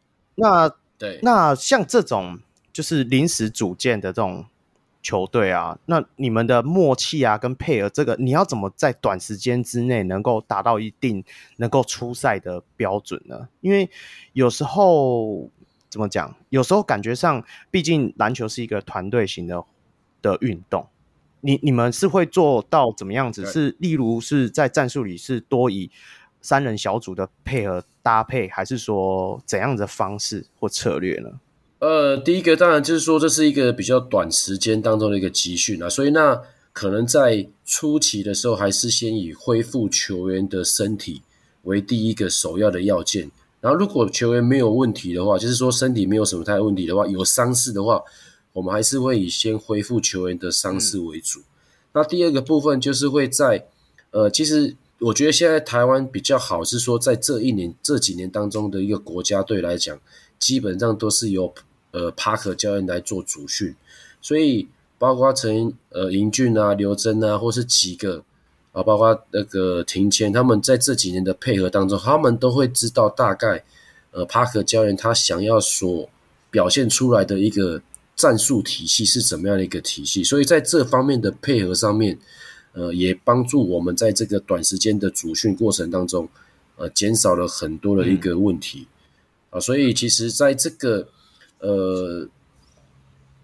像这种就是临时组建的这种球队啊，那你们的默契啊跟配合，这个你要怎么在短时间之内能够达到一定能够出赛的标准呢？因为有时候怎么讲？有时候感觉上，毕竟篮球是一个团队型的运动，你们是会做到怎么样子？是例如是在战术里是多以3人小组的配合搭配，还是说怎样的方式或策略呢？ 第一个当然就是说，这是一个比较短时间当中的一个集训啊，所以那可能在初期的时候，还是先以恢复球员的身体为第一个首要的要件。然后如果球员没有问题的话，就是说身体没有什么太大问题的话，有伤势的话，我们还是会以先恢复球员的伤势为主。那第二个部分就是会在其实我觉得现在台湾比较好是说，在这几年当中的一个国家队来讲，基本上都是由帕克教练来做主训，所以包括盈俊啊、刘真啊，或是几个包括那个庭谦，他们在这几年的配合当中，他们都会知道大概帕克教练他想要所表现出来的一个战术体系是怎么样的一个体系，所以在这方面的配合上面，也帮助我们在这个短时间的主训过程当中，减少了很多的一个问题。所以其实在这个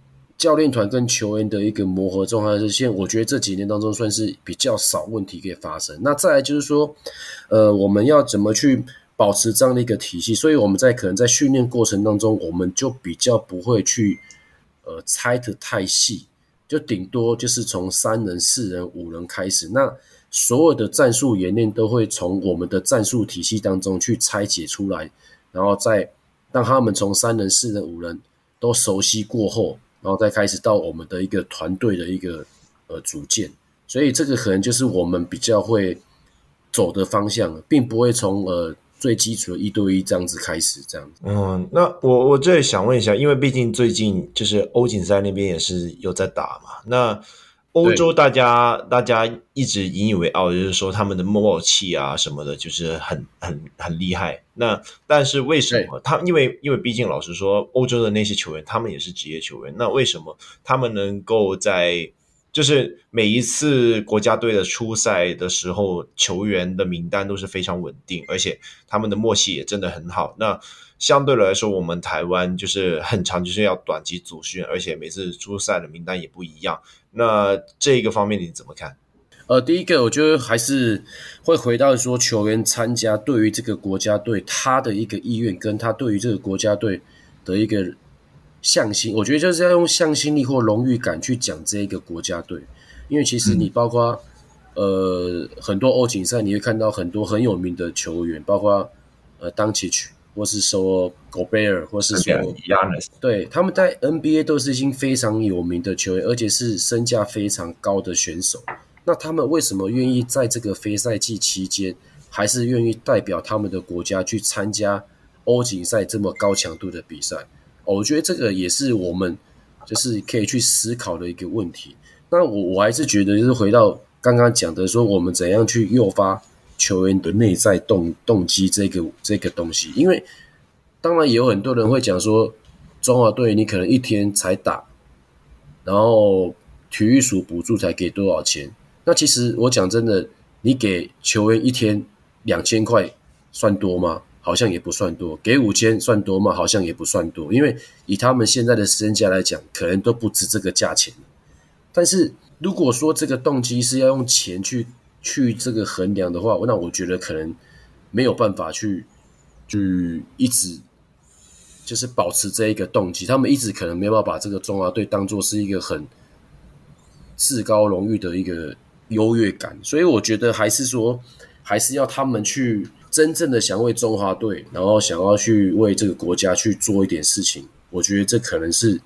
教练团跟球员的一个磨合状态，现在我觉得这几年当中算是比较少问题可以发生。那再来就是说，我们要怎么去保持这样的一个体系？所以我们可能在训练过程当中，我们就比较不会去拆得太细，就顶多就是从3人、4人、5人开始。那所有的战术演练都会从我们的战术体系当中去拆解出来，然后再让他们从3人、4人、5人都熟悉过后，然后再开始到我们的一个团队的一个组建。所以这个可能就是我们比较会走的方向，并不会从最基础的1对1这样子开始这样子。 那我这里想问一下，因为毕竟最近就是欧锦赛那边也是有在打嘛，那欧洲大家一直引以为傲，就是说他们的默契啊什么的，就是很厉害。那但是为什么因为毕竟老实说，欧洲的那些球员他们也是职业球员，那为什么他们能够在就是每一次国家队的出赛的时候，球员的名单都是非常稳定，而且他们的默契也真的很好。那相对来说，我们台湾就是很常就是要短期组训，而且每次出赛的名单也不一样。那这个方面你怎么看？ 第一个我觉得还是会回到说球员参加对于这个国家队他的一个意愿，跟他对于这个国家队的一个向心，我觉得就是要用向心力或荣誉感去讲这一个国家队。因为其实你包括很多欧锦赛，你会看到很多很有名的球员，包括Doncic 或是说 Gobert 或是说 Giannis， 对，他们在 NBA 都是已经非常有名的球员，而且是身价非常高的选手。那他们为什么愿意在这个非赛季期间，还是愿意代表他们的国家去参加欧锦赛这么高强度的比赛？我觉得这个也是我们就是可以去思考的一个问题。那我还是觉得就是回到刚刚讲的说，我们怎样去诱发球员的内在动机这个东西。因为当然也有很多人会讲说，中华队你可能1天才打，然后体育署补助才给多少钱。那其实我讲真的，你给球员1天2000块算多吗？好像也不算多。给5000算多吗？好像也不算多。因为以他们现在的身价来讲，可能都不值这个价钱。但是如果说这个动机是要用钱去这个衡量的话，那我觉得可能没有办法去一直就是保持这一个动机。他们一直可能没有办法把这个中华队当作是一个很至高荣誉的一个优越感。所以我觉得还是要他们去真正的想为中华队，然后想要去为这个国家去做一点事情。我觉得这可能是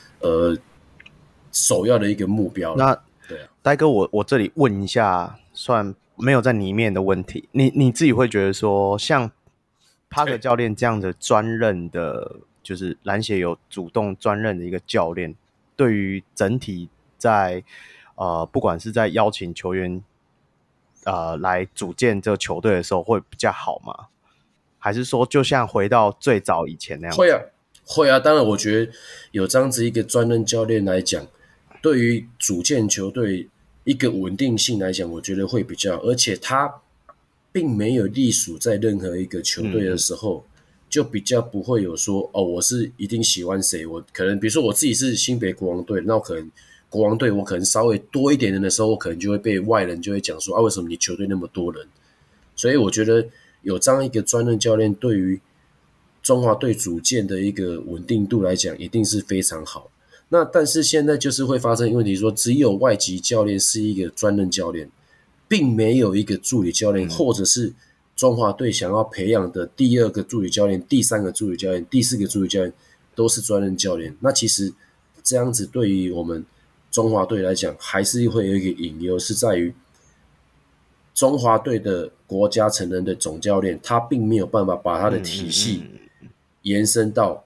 首要的一个目标。 那对啊， 呆哥，我这里问一下，算没有在里面的问题，你自己会觉得说，像帕克教练这样的专任的，就是篮协有主动专任的一个教练，对于整体在不管是在邀请球员来组建这个球队的时候，会比较好吗？还是说就像回到最早以前那样？ 会啊，当然我觉得有这样子一个专任教练来讲，对于组建球队一个稳定性来讲，我觉得会比较，而且他并没有隶属在任何一个球队的时候，就比较不会有说我是一定喜欢谁，我可能比如说我自己是新北国王队，那我可能国王队我可能稍微多一点人的时候，我可能就会被外人就会讲说为什么你球队那么多人？所以我觉得有这样一个专任教练，对于中华队组建的一个稳定度来讲，一定是非常好。那但是现在就是会发生一个问题说，只有外籍教练是一个专任教练，并没有一个助理教练，或者是中华队想要培养的第2个助理教练、第3个助理教练、第4个助理教练都是专任教练。那其实这样子对于我们中华队来讲，还是会有一个隐忧，是在于中华队的国家承认的总教练，他并没有办法把他的体系延伸到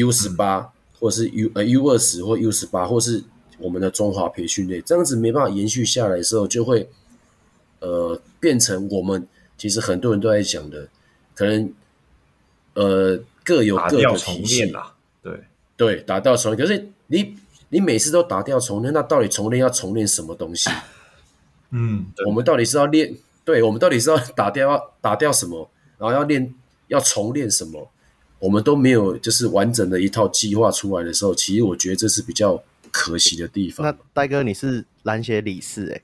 U18 或是 U20 或 U18 或是我们的中华培训队，这样子没办法延续下来的时候，就会变成我们其实很多人都在讲的，可能各有各的体系啦， 对，打掉重练。可是你每次都打掉重练，那到底重练要重练什么东西？我们到底是要练？对，我们到底是要打掉什么？然后要重练什么？我们都没有就是完整的一套计划出来的时候，其实我觉得这是比较可惜的地方。 那呆哥你是篮协理事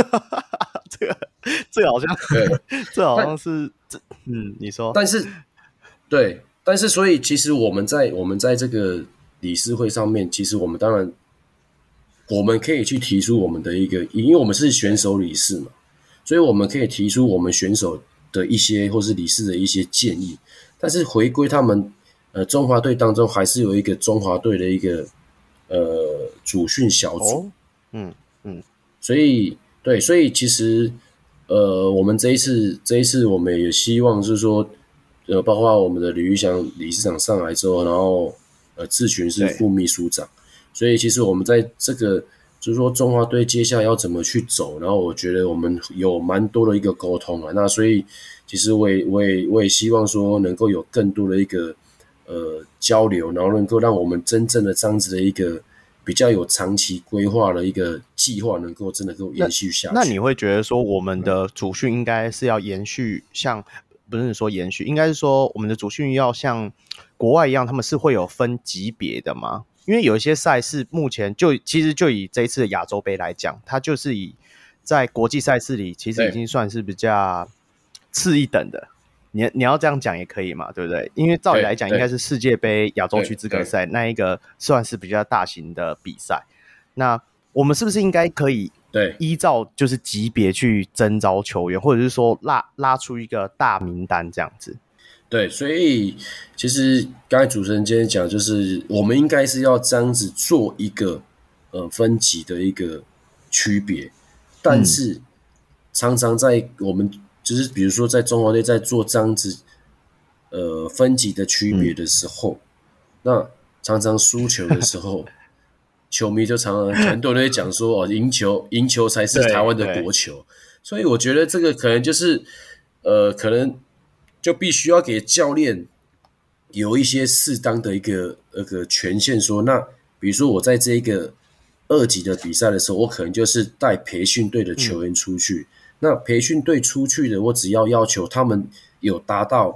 这个好像这好像是你说， 但是所以其实我们在这个理事会上面，其实我们当然我们可以去提出我们的一个，因为我们是选手理事嘛，所以我们可以提出我们选手的一些或是理事的一些建议。但是回归他们中华队当中，还是有一个中华队的一个主训小组。所以其实我们这一次我们也希望就是说包括我们的李玉祥理事长上来之后，然后志群是副秘书长，所以其实我们在这个就是说中华队接下来要怎么去走，然后我觉得我们有蛮多的一个沟通啊。那所以其实我也希望说能够有更多的一个交流，然后能够让我们真正的这样子的一个比较有长期规划的一个计划，能够真的能够延续下去。 那你会觉得说我们的主训应该是要延续不是说延续，应该是说我们的主训要像国外一样，他们是会有分级别的吗？因为有一些赛事目前其实就以这一次的亚洲杯来讲，它就是在国际赛事里其实已经算是比较次一等的。你要这样讲也可以嘛，对不对？因为照理来讲应该是世界杯亚洲区资格赛那一个算是比较大型的比赛。那我们是不是应该可以依照就是级别去征召球员，或者是说拉出一个大名单这样子？ 对，所以其实刚才主持人今天讲，就是我们应该是要这样子做一个分级的一个区别，但是常常在我们就是比如说在中华队在做这样子分级的区别的时候，那常常输球的时候，球迷就常常很多人会讲说赢球才是台湾的国球，所以我觉得这个可能就是可能就必须要给教练有一些适当的一个权限说，那比如说我在这一个2级的比赛的时候，我可能就是带培训队的球员出去，那培训队出去的，我只要求他们有达到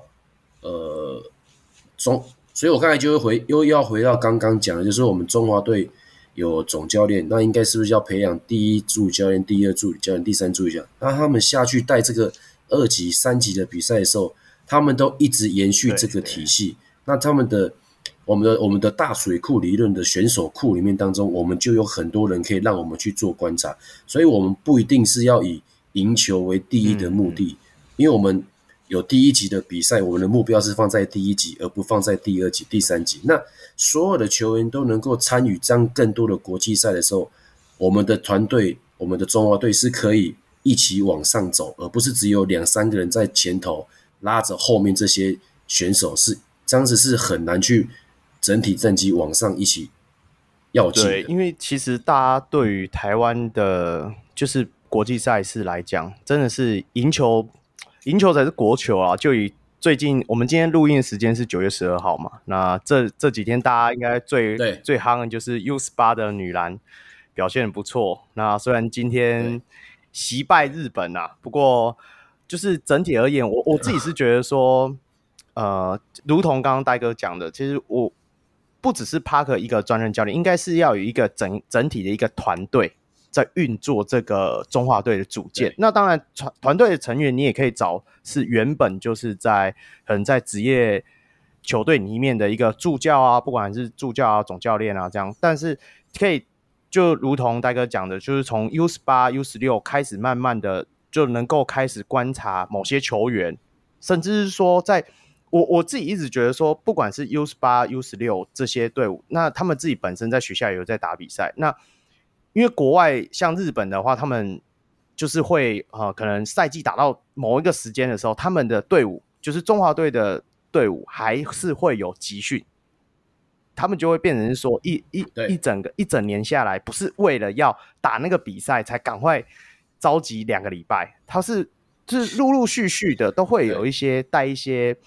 所以我刚才就会又要回到刚刚讲的，就是我们中华队有总教练，那应该是不是要培养第1助理教练、第2助理教练、第3助理教练？那他们下去带这个2级、3级的比赛的时候，他们都一直延续这个体系。那他们的我们的大水库理论的选手库里面当中，我们就有很多人可以让我们去做观察，所以我们不一定是要以赢球为第一的目的，因为我们有第1级的比赛，我们的目标是放在第1级，而不放在第2级、第3级。那所有的球员都能够参与这样更多的国际赛的时候，我们的团队，我们的中华队是可以一起往上走，而不是只有2-3个人在前头拉着后面这些选手，是这样子是很难去整体战绩往上一起要进的。 对，因为其实大家对于台湾的就是国际赛事来讲，真的是赢球才是国球啊！就以最近我们今天录音的时间是9月12号嘛，那这几天大家应该最夯的就是 U18 的女篮表现很不错。那虽然今天惜败日本啊，不过就是整体而言，我自己是觉得说，如同刚刚戴哥讲的，其实我不只是 Parker 一个专任教练，应该是要有一个整体的一个团队在运作这个中华队的组建。那当然团队的成员你也可以找是原本就是可能在职业球队里面的一个助教啊，不管是助教啊、总教练啊这样，但是可以就如同戴哥讲的，就是从 U18、U16 开始慢慢的就能够开始观察某些球员，甚至是说我自己一直觉得说，不管是 U18、U16 这些队伍，那他们自己本身在学校也有在打比赛。那因为国外像日本的话，他们就是会可能赛季打到某一个时间的时候，他们的队伍就是中华队的队伍还是会有集训，他们就会变成是说一整年下来，不是为了要打那个比赛才赶快召集2个礼拜，他是就是陆陆续续的都会有一些带一些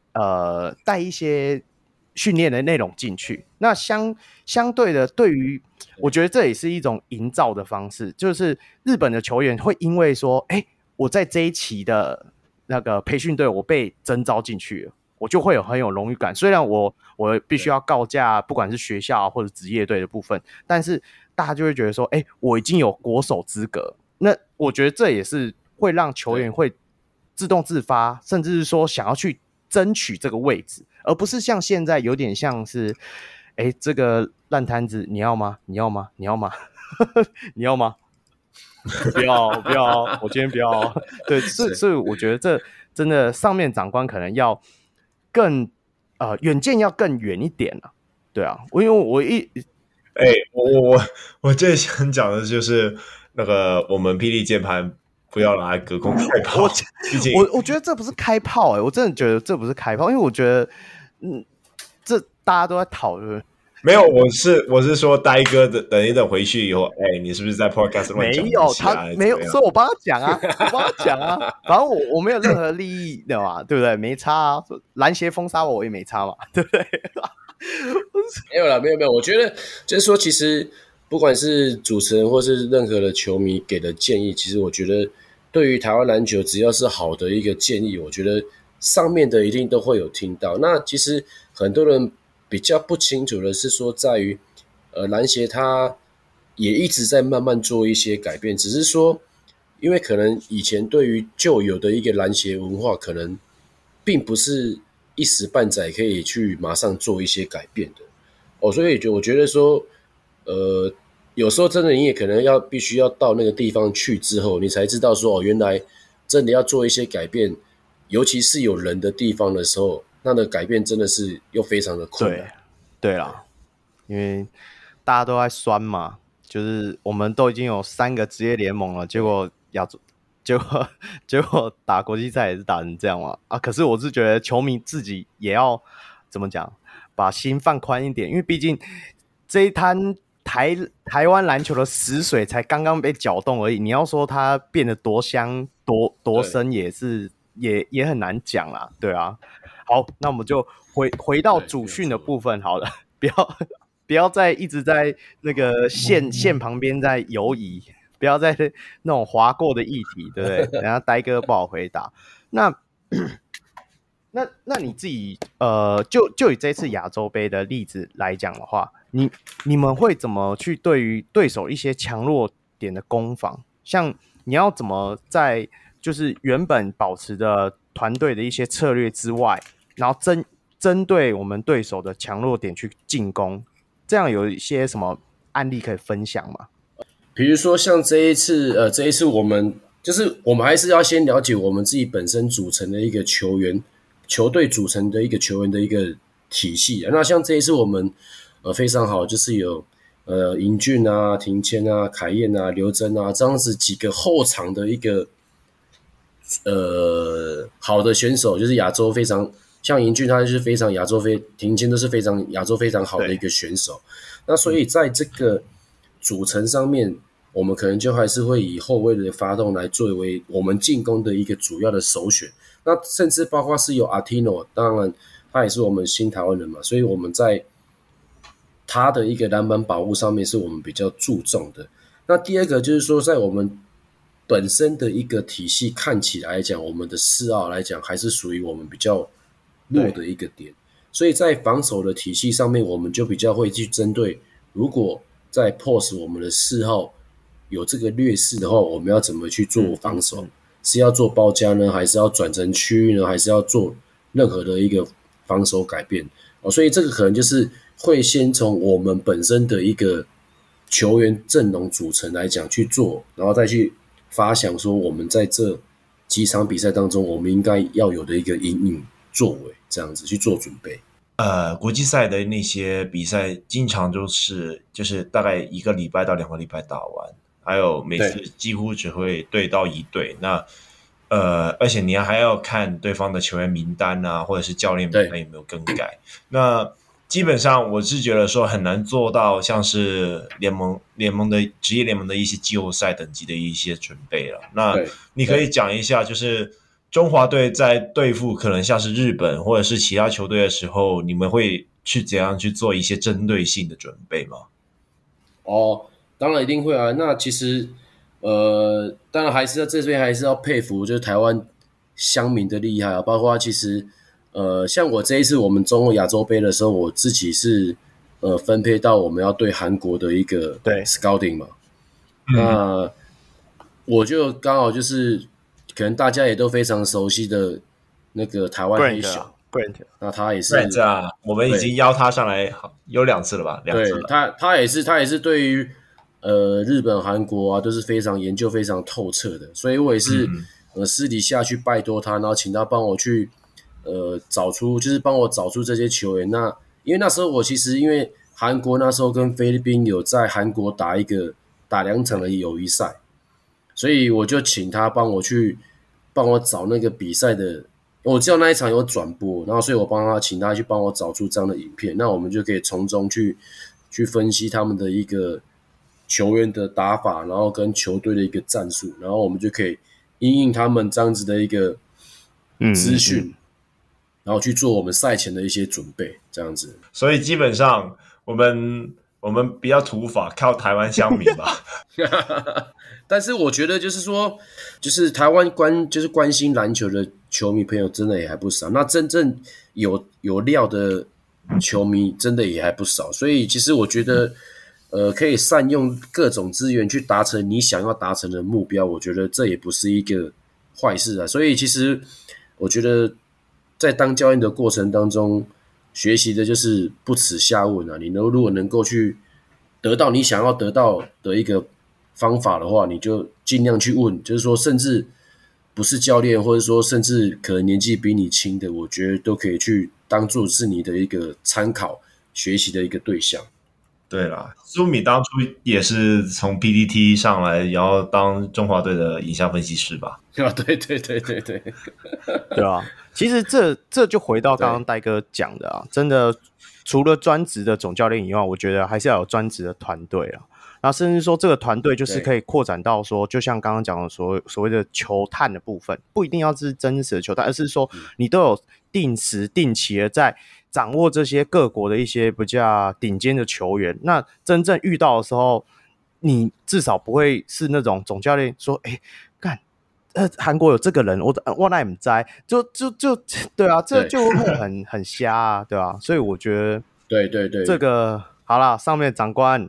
训练的内容进去。那相对的，对于我觉得这也是一种营造的方式，就是日本的球员会因为说，我在这一期的那个培训队我被征召进去了，我就会很有荣誉感。虽然我必须要告假，不管是学校或者职业队的部分，但是大家就会觉得说，我已经有国手资格。那我觉得这也是会让球员会自动自发，甚至是说想要去争取这个位置，而不是像现在有点像是，这个烂摊子你要吗？你要吗？你要吗？你要吗？不要，我今天不要。对，所以我觉得这真的上面长官可能要更远见要更远一点啊。对啊，因为我最想讲的就是那个我们霹雳键盘不要拿来隔空开炮。 我觉得这不是开炮我真的觉得这不是开炮，因为我觉得这大家都在讨论。 没有，我是说呆哥的，等一等回去以后，你是不是在 podcast 乱讲？ 没有，他没有，所以我帮他讲啊，反正我没有任何利益的嘛，对不对？没差啊，篮协封杀我也没差嘛，对不对？ 没有啦，没有，我觉得就是说，其实不管是主持人或是任何的球迷给的建议，其实我觉得对于台湾篮球，只要是好的一个建议，我觉得上面的一定都会有听到。那其实很多人比较不清楚的是说，在于篮协他也一直在慢慢做一些改变，只是说因为可能以前对于旧有的一个篮协文化，可能并不是一时半载可以去马上做一些改变的所以我觉得说有时候真的你也可能必须要到那个地方去之后，你才知道说原来真的要做一些改变，尤其是有人的地方的时候，那的改变真的是又非常的困难。 对啦，因为大家都在酸嘛，就是我们都已经有3个职业联盟了，结果打国际赛也是打成这样嘛可是我是觉得球迷自己也要怎么讲，把心放宽一点，因为毕竟这一滩台湾篮球的死水才刚刚被搅动而已，你要说它变得多香多深也很难讲啦，对啊。好，那我们就回到主训的部分好了，不要再一直在那个线旁边在游移，不要再那种划过的议题，对不对？等下呆哥不好回答。那你自己就以这次亚洲杯的例子来讲的话，你们会怎么去对于对手一些强弱点的攻防？像你要怎么在就是原本保持的团队的一些策略之外，然后针对我们对手的强弱点去进攻，这样有一些什么案例可以分享吗？ 比如说像这一次我们还是要先了解我们自己本身组成的一个球队组成的一个球员的一个体系那像这一次我们非常好，就是有尹俊啊、庭谦啊、凯燕啊、刘真啊这样子几个后场的一个好的选手，就是亚洲非常像尹俊他就是非常庭谦都是非常亚洲非常好的一个选手。那所以在这个组成上面，我们可能就还是会以后卫的发动来作为我们进攻的一个主要的首选。那甚至包括是有 Artino， 当然他也是我们新台湾人嘛，所以我们在他的一个篮板保护上面是我们比较注重的。那第二个就是说，在我们本身的一个体系看起来讲，我们的4号来讲还是属于我们比较弱的一个点，所以在防守的体系上面，我们就比较会去针对，如果在 POS 我们的4号有这个劣势的话，我们要怎么去做防守？是要做包夹呢，还是要转成区域呢，还是要做任何的一个防守改变？所以这个可能就是会先从我们本身的一个球员阵容组成来讲去做，然后再去发想说我们在这几场比赛当中，我们应该要有的一个因应作为，这样子去做准备。 国际赛的那些比赛经常就是大概1个礼拜到2个礼拜打完，还有每次几乎只会对到1队。那而且你还要看对方的球员名单啊，或者是教练名单有没有更改。那基本上我是觉得说很难做到像是联盟的职业联盟的一些季后赛等级的一些准备了。那你可以讲一下，就是中华队在对付可能像是日本或者是其他球队的时候，你们会去怎样去做一些针对性的准备吗？ 当然一定会啊。那其实当然这边还是要佩服就是台湾乡民的厉害啊，包括其实像我这一次我们中欧亚洲杯的时候，我自己是分配到我们要对韩国的一个对 scouting 嘛。那我就刚好就是可能大家也都非常熟悉的那个台湾黑熊 Grant， 那他也是 Grant 啊，我们已经邀他上来有2次了吧？2次对了。 他也是对于日本、韩国啊都是非常研究非常透彻的，所以我也是私底下去拜托他，然后请他帮我去帮我找出这些球员。那因为那时候我其实因为韩国那时候跟菲律宾有在韩国打2场的友谊赛，所以我就请他帮我找那个比赛的。我知道那一场有转播，然后所以我请他去帮我找出这样的影片，那我们就可以从中去分析他们的一个球员的打法，然后跟球队的一个战术，然后我们就可以因应他们这样子的一个资讯，然后去做我们赛前的一些准备，这样子。 所以基本上我们比较土法，靠台湾乡民吧。 但是我觉得就是说，就是台湾关心篮球的球迷朋友真的也还不少，那真正有料的球迷真的也还不少，所以其实我觉得可以善用各种资源去达成你想要达成的目标，我觉得这也不是一个坏事啊。所以其实我觉得在当教练的过程当中，学习的就是不耻下问啊。你如果能够去得到你想要得到的一个方法的话，你就尽量去问，就是说甚至不是教练，或者说甚至可能年纪比你轻的，我觉得都可以去当做是你的一个参考学习的一个对象。 对啦，苏米当初也是从 PTT 上来，然后当中华队的影像分析师吧？ 啊，对， 对啊，其实这就回到刚刚戴哥讲的啊，真的除了专职的总教练以外，我觉得还是要有专职的团队啊。然后甚至说这个团队就是可以扩展到说，就像刚刚讲的所谓的球探的部分，不一定要是真实的球探，而是说你都有定时定期的在掌握这些各国的一些比较顶尖的球员。那真正遇到的时候，你至少不会是那种总教练说，干。韩国有这个人，我哪也不知道，就对啊，这就会很瞎啊，对啊，所以我觉得对， 这个好啦，上面长官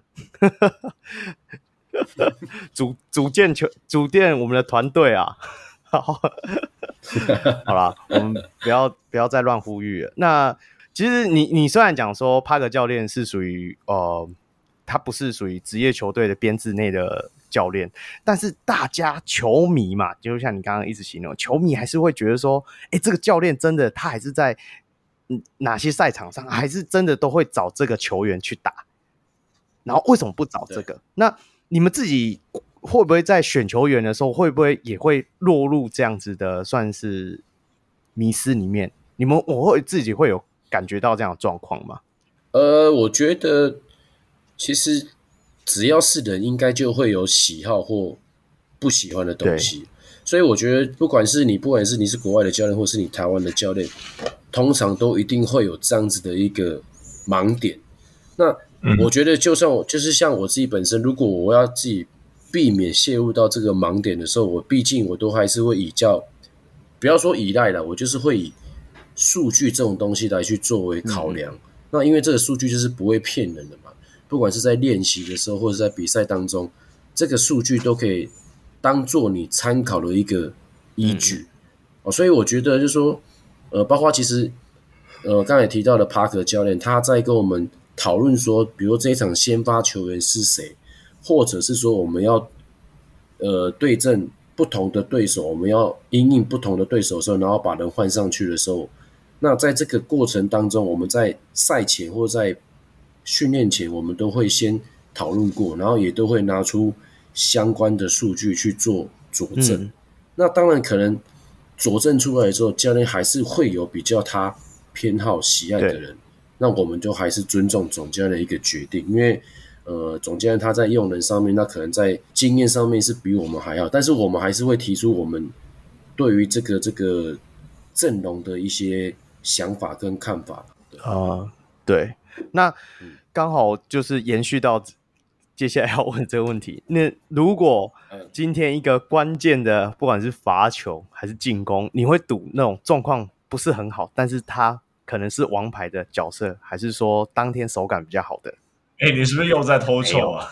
组建我们的团队啊，好啦，我们不要再乱呼吁了。那其实你虽然讲说帕克教练是属于他不是属于职业球队的编制内的教练，但是大家球迷嘛，就像你刚刚一直形容，球迷还是会觉得说，这个教练真的他还是在哪些赛场上，还是真的都会找这个球员去打，然后为什么不找这个？那你们自己会不会在选球员的时候，会不会也会落入这样子的算是迷思里面？我会自己会有感觉到这样的状况吗？ 我觉得其实只要是人，应该就会有喜好或不喜欢的东西。所以我觉得，不管是你是国外的教练，或是你台湾的教练，通常都一定会有这样子的一个盲点。那我觉得，就是像我自己本身，如果我要自己避免陷入到这个盲点的时候，毕竟我都还是会不要说依赖了，我就是会以数据这种东西来去作为考量。那因为这个数据就是不会骗人的嘛，不管是在练习的时候，或者在比赛当中，这个数据都可以当做你参考的一个依据。所以我觉得就是说，包括其实刚才提到的帕克教练，他在跟我们讨论说，比如这一场先发球员是谁，或者是说我们要对阵不同的对手，我们要因应不同的对手的时候，然后把人换上去的时候，那在这个过程当中，我们在赛前或在训练前，我们都会先讨论过，然后也都会拿出相关的数据去做佐证。那当然可能佐证出来之后，教练还是会有比较他偏好喜爱的人，那我们就还是尊重总教练的一个决定，因为总教练他在用人上面，那可能在经验上面是比我们还好，但是我们还是会提出我们对于这个阵容的一些想法跟看法。 对，那刚好就是延续到接下来要问这个问题。那如果今天一个关键的，不管是罚球还是进攻，你会赌那种状况不是很好，但是他可能是王牌的角色，还是说当天手感比较好的？ 你是不是又在偷臭啊？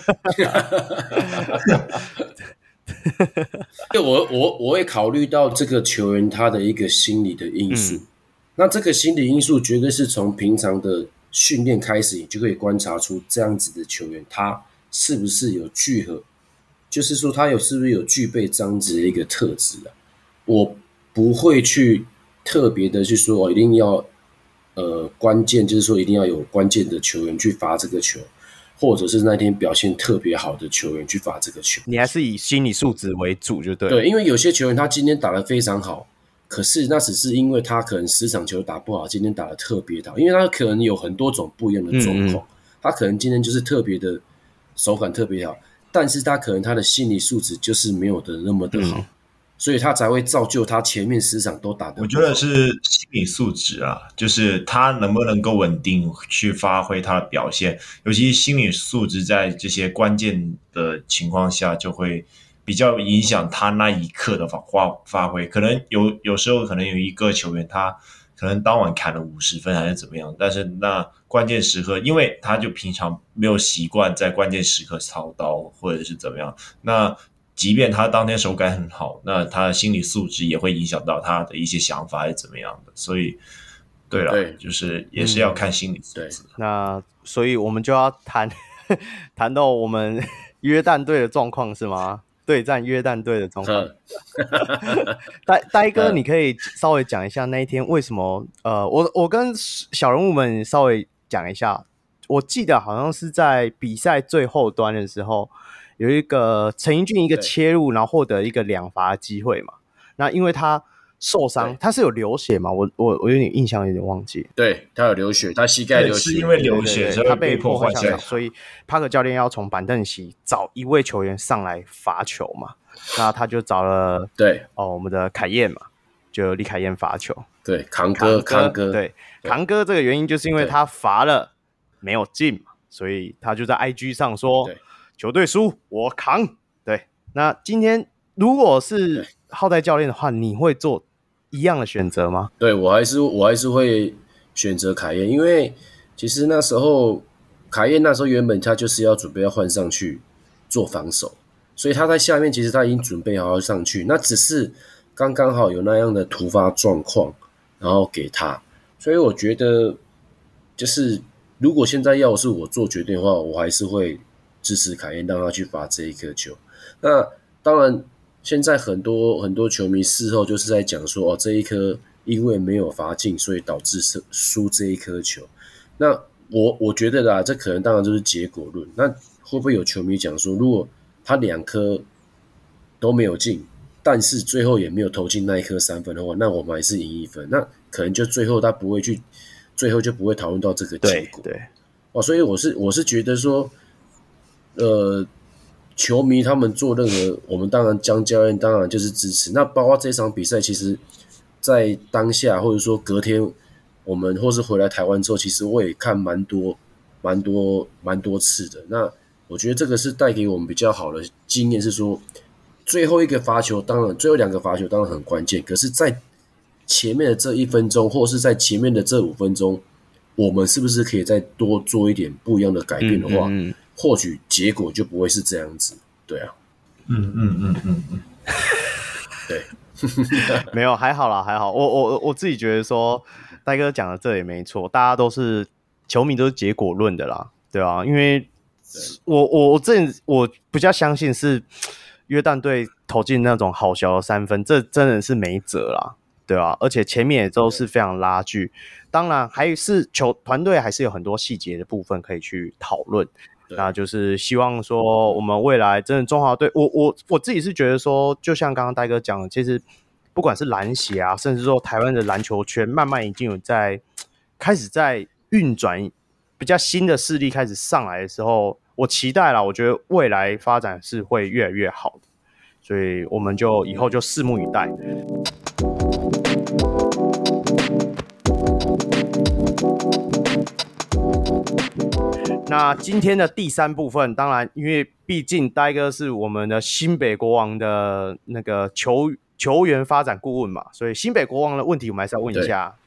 我会考虑到这个球员他的一个心理的因素。那这个心理因素绝对是从平常的训练开始，你就可以观察出这样子的球员他是不是有聚合，就是说他是不是有具备这样子的一个特质啊。我不会去特别的去说一定要关键，就是说一定要有关键的球员去罚这个球，或者是那天表现特别好的球员去罚这个球。 你还是以心理素质为主就对了。 对，因为有些球员他今天打得非常好，可是那只是因为他可能10场球打不好，今天打得特别好，因为他可能有很多种不一样的状况，他可能今天就是特别的手感特别好，但是他可能他的心理素质就是没有的那么的好，所以他才会造就他前面10场都打得不好。 我觉得是心理素质啊，就是他能不能够稳定去发挥他的表现，尤其心理素质在这些关键的情况下就会比较影响他那一刻的发挥。可能有时候可能有一个球员他可能当晚砍了50分还是怎么样，但是那关键时刻，因为他就平常没有习惯在关键时刻操刀或者是怎么样，那即便他当天手感很好，那他的心理素质也会影响到他的一些想法还是怎么样的。所以对了，就是也是要看心理素质。 那所以我们就要谈到我们约旦队的状况是吗？对战约旦队的状况。呆哥，你可以稍微讲一下那一天为什么？我跟小人物们稍微讲一下。我记得好像是在比赛最后端的时候，有一个陈英俊一个切入，然后获得一个2罚机会嘛。那因为他受伤，他是有流血嘛？我有点印象，有点忘记。 对，他有流血，他膝盖流血， 是因为流血，所以他被迫换下场， 所以帕克教练要从板凳席找一位球员上来罚球嘛。那他就找了我们的凯燕嘛，就李凯燕罚球。 对，康哥， 对，康哥这个原因就是因为他罚了没有进嘛，所以他就在 IG 上说球队输我扛。对，那今天如果是浩代教练的话，你会做一样的选择吗？ 对，我还是会选择凯燕，因为其实那时候凯燕那时候原本他就是要准备要换上去做防守，所以他在下面其实他已经准备好要上去，那只是刚刚好有那样的突发状况，然后给他，所以我觉得就是如果现在要是我做决定的话，我还是会支持凯燕让他去罚这一颗球。那当然现在很多球迷事后就是在讲说这一颗因为没有罚进，所以导致输这一颗球。那我觉得啦，这可能当然就是结果论。那会不会有球迷讲说，如果他2颗都没有进，但是最后也没有投进那一颗3分的话，那我们还是赢1分，那可能就最后他不会去，最后就不会讨论到这个结果。 对， 所以我是觉得说，球迷他们做任何，我们当然江教练当然就是支持。那包括这场比赛，其实在当下或者说隔天，我们或是回来台湾之后，其实我也看蛮多次的。那我觉得这个是带给我们比较好的经验，是说最后一个罚球，当然最后2个罚球当然很关键，可是在前面的这1分钟，或是在前面的这5分钟，我们是不是可以再多做一点不一样的改变的话，或许结果就不会是这样子。对啊，对， 没有，还好啦，还好。我自己觉得说，呆哥讲的这也没错，大家都是球迷，都是结果论的啦，对啊，因为我比较相信是约旦队投进那种好小的3分，这真的是没辙啦，对啊，而且前面也都是非常拉锯，当然还是团队还是有很多细节的部分可以去讨论。那就是希望说我们未来真的中华队，我自己是觉得说，就像刚刚呆哥讲的，其实不管是篮协啊，甚至说台湾的篮球圈，慢慢已经有开始在运转，比较新的势力开始上来的时候，我期待啦，我觉得未来发展是会越来越好的，所以我们就以后就拭目以待。那今天的第3部分，当然，因为毕竟呆哥是我们的新北国王的那个球员发展顾问嘛，所以新北国王的问题我们还是要问一下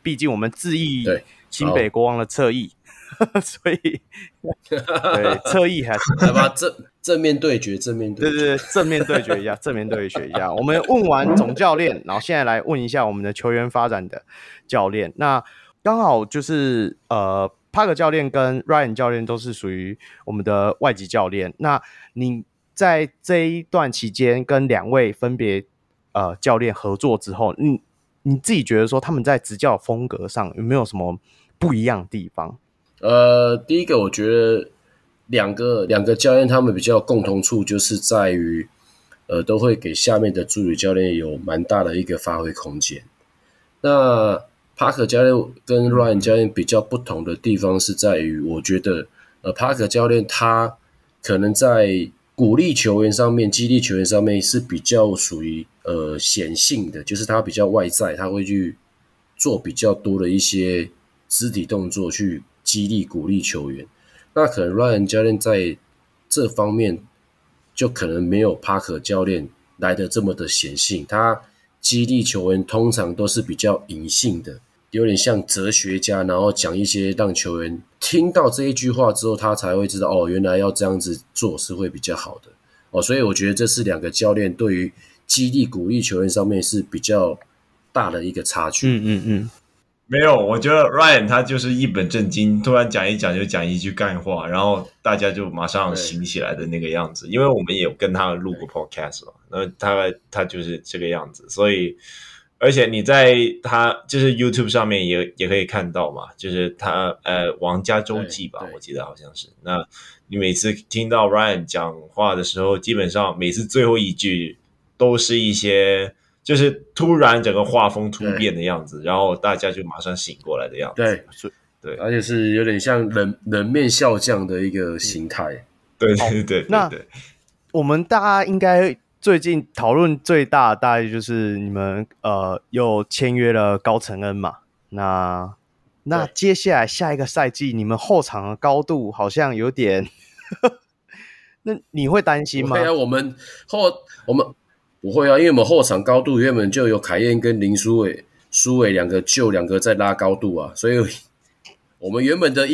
毕竟我们致意对新北国王的侧翼，所以对侧翼还是来吧，正面对决，正面对决， 对，正面对决一下，正面对决一下。我们问完总教练，然后现在来问一下我们的球员发展的教练。那刚好就是帕克教练跟 Ryan 教练都是属于我们的外籍教练。那你在这一段期间跟两位分别教练合作之后，你自己觉得说他们在执教风格上有没有什么不一样的地方？ 第一个我觉得两个教练他们比较共同处就是在于，都会给下面的助理教练有蛮大的一个发挥空间。那帕克教练跟 Ryan 教练比较不同的地方是在于，我觉得帕克教练他可能在鼓励球员上面、激励球员上面是比较属于显性的，就是他比较外在，他会去做比较多的一些肢体动作去激励鼓励球员。那可能 Ryan 教练在这方面就可能没有帕克教练来的这么的显性，他激励球员通常都是比较隐性的，有点像哲学家，然后讲一些让球员听到这一句话之后，他才会知道哦，原来要这样子做是会比较好的哦。所以我觉得这是两个教练对于激励鼓励球员上面是比较大的一个差距。 没有，我觉得 Ryan 他就是一本正经，突然讲一讲就讲一句干话，然后大家就马上醒起来的那个样子。因为我们也有跟他录过 podcast 嘛，那他就是这个样子，所以而且你在他就是 YouTube 上面也可以看到嘛，就是他王家周记吧，我记得好像是。那你每次听到 Ryan 讲话的时候，基本上每次最后一句都是一些。就是突然整个画风突变的样子，然后大家就马上醒过来的样子。对， 而且是有点像冷面笑匠的一个形态。 对。 那我们大家应该最近讨论最大的大概就是你们又签约了高承恩嘛？那接下来下一个赛季，你们后场的高度好像有点，那你会担心吗？ 对啊，我们不会啊，因为我们后场高度原本就有凯燕跟林书伟两个在拉高度啊，所以我们原本的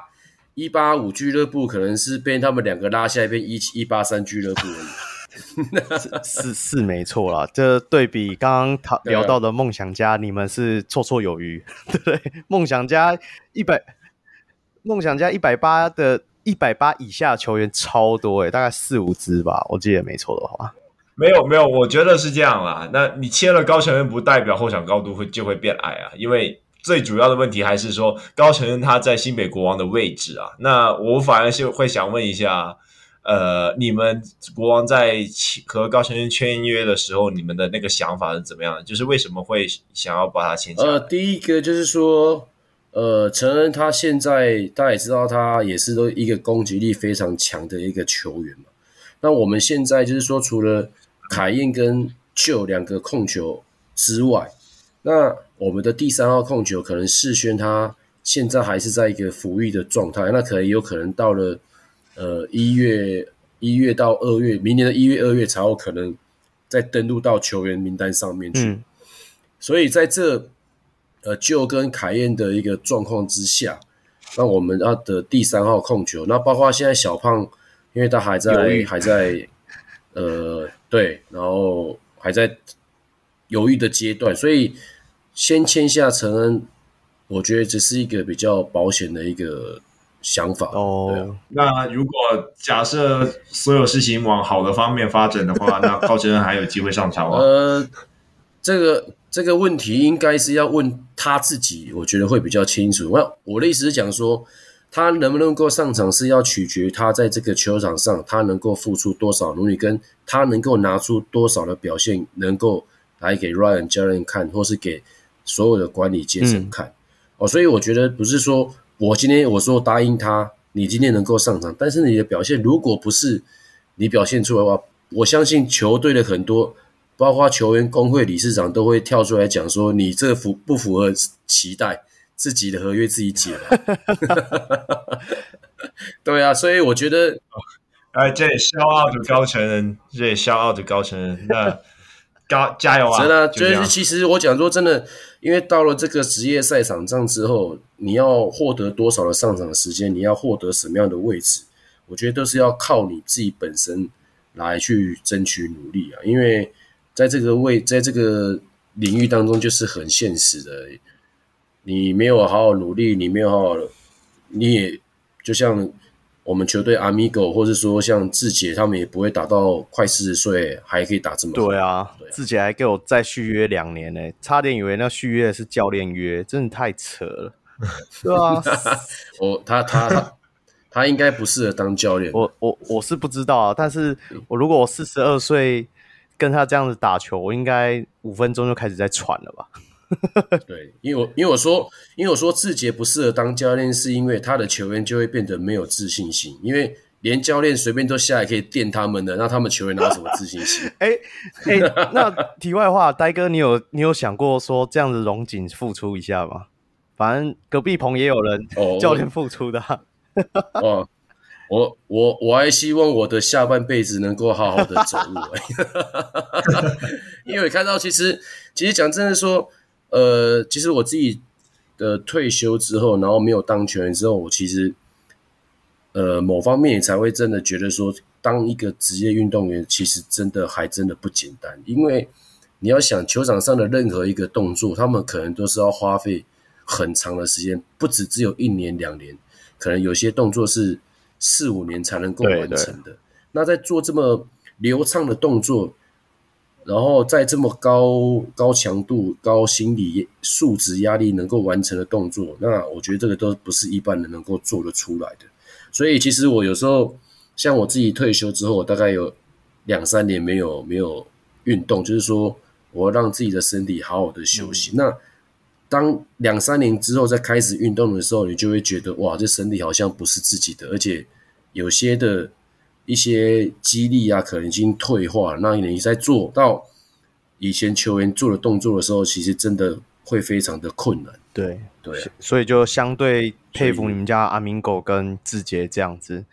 185俱乐部可能是被他们两个拉下来变183俱乐部而已。 是没错啦，这对比刚刚聊到的梦想家，你们是绰绰有余，对不对？梦想家180的180以下球员超多大概4-5支吧，我记得没错的话。 没有，我觉得是这样啦。那你签了高承恩，不代表后场高度就会变矮啊，因为最主要的问题还是说高承恩他在新北国王的位置啊。那我反而是会想问一下，你们国王在和高承恩签约的时候，你们的那个想法是怎么样的？就是为什么会想要把他签下来？ 第一个就是说，承恩他现在大家也知道，他也是都一个攻击力非常强的一个球员嘛。那我们现在就是说，除了凯燕跟Joe两个控球之外，那我们的第3号控球可能世轩他现在还是在一个服役的状态，那可能有可能到了1月到2月，明年的1月2月才有可能再登录到球员名单上面去。所以在这Joe跟凯燕的一个状况之下，那我们要的第3号控球，那包括现在小胖，因为他还在对，然后还在犹豫的阶段，所以先签下承恩，我觉得这是一个比较保险的一个想法。 那如果假设所有事情往好的方面发展的话，那高承恩还有机会上场吗？ 这个问题应该是要问他自己，我觉得会比较清楚。那我的意思是讲说，他能不能够上场是要取决他在这个球场上他能够付出多少努力，跟他能够拿出多少的表现，能够来给 Ryan 教练看，或是给所有的管理阶层看。所以我觉得不是说我今天我说答应他，你今天能够上场，但是你的表现如果不是你表现出来的话，我相信球队的很多，包括球员工会理事长都会跳出来讲说，你这不符合期待。自己的合约自己解了，对啊，所以我觉得， 这里shout out高承恩，那加油啊！ 真的，就是其实我讲说真的， 因为到了这个职业赛场上之后，你要获得多少的上场时间，你要获得什么样的位置，我觉得都是要靠你自己本身来去争取努力啊。因为在这个领域当中，就是很现实的，你没有好好努力，你没有好好，你也就像我们球队 Amigo 或者说像志杰，他们也不会打到快40岁还可以打这么好。 对啊，志杰还给我再续约2年呢，差点以为那续约是教练约，真的太扯了。对啊， 他应该不适合当教练。 我是不知道啊，但是如果我42岁跟他这样子打球，我应该5分钟就开始在喘了吧？ 对，因为我说志杰不适合当教练，是因为他的球员就会变得没有自信心，因为连教练随便都下来可以电他们的，那他们球员哪有什么自信心？ 那题外话，呆哥，你有想过说这样子荣景付出一下吗？反正隔壁棚也有人教练付出的、啊。 哦，我还希望我的下半辈子能够好好的走路，因为我看到其实讲真的说，其实我自己的退休之后，然后没有当球员之后，我其实某方面也才会真的觉得说，当一个职业运动员，其实真的不简单，因为你要想球场上的任何一个动作，他们可能都是要花费很长的时间，不只有1年2年。可能有些动作是4-5年才能够完成的。那在做这么流畅的动作，然后在这么高强度、高心理素质压力能够完成的动作，那我觉得这个都不是一般人能够做得出来的。所以其实我有时候像我自己退休之后，我大概有2-3年没有运动，就是说我要让自己的身体好好的休息。那当2-3年之后再开始运动的时候，你就会觉得哇，这身体好像不是自己的，而且有些的一些肌力啊，可能已经退化了。那你在做到以前球员做的动作的时候，其实真的会非常的困难。 对， 对、啊， 所以就相对佩服你们家阿明狗跟志杰这样子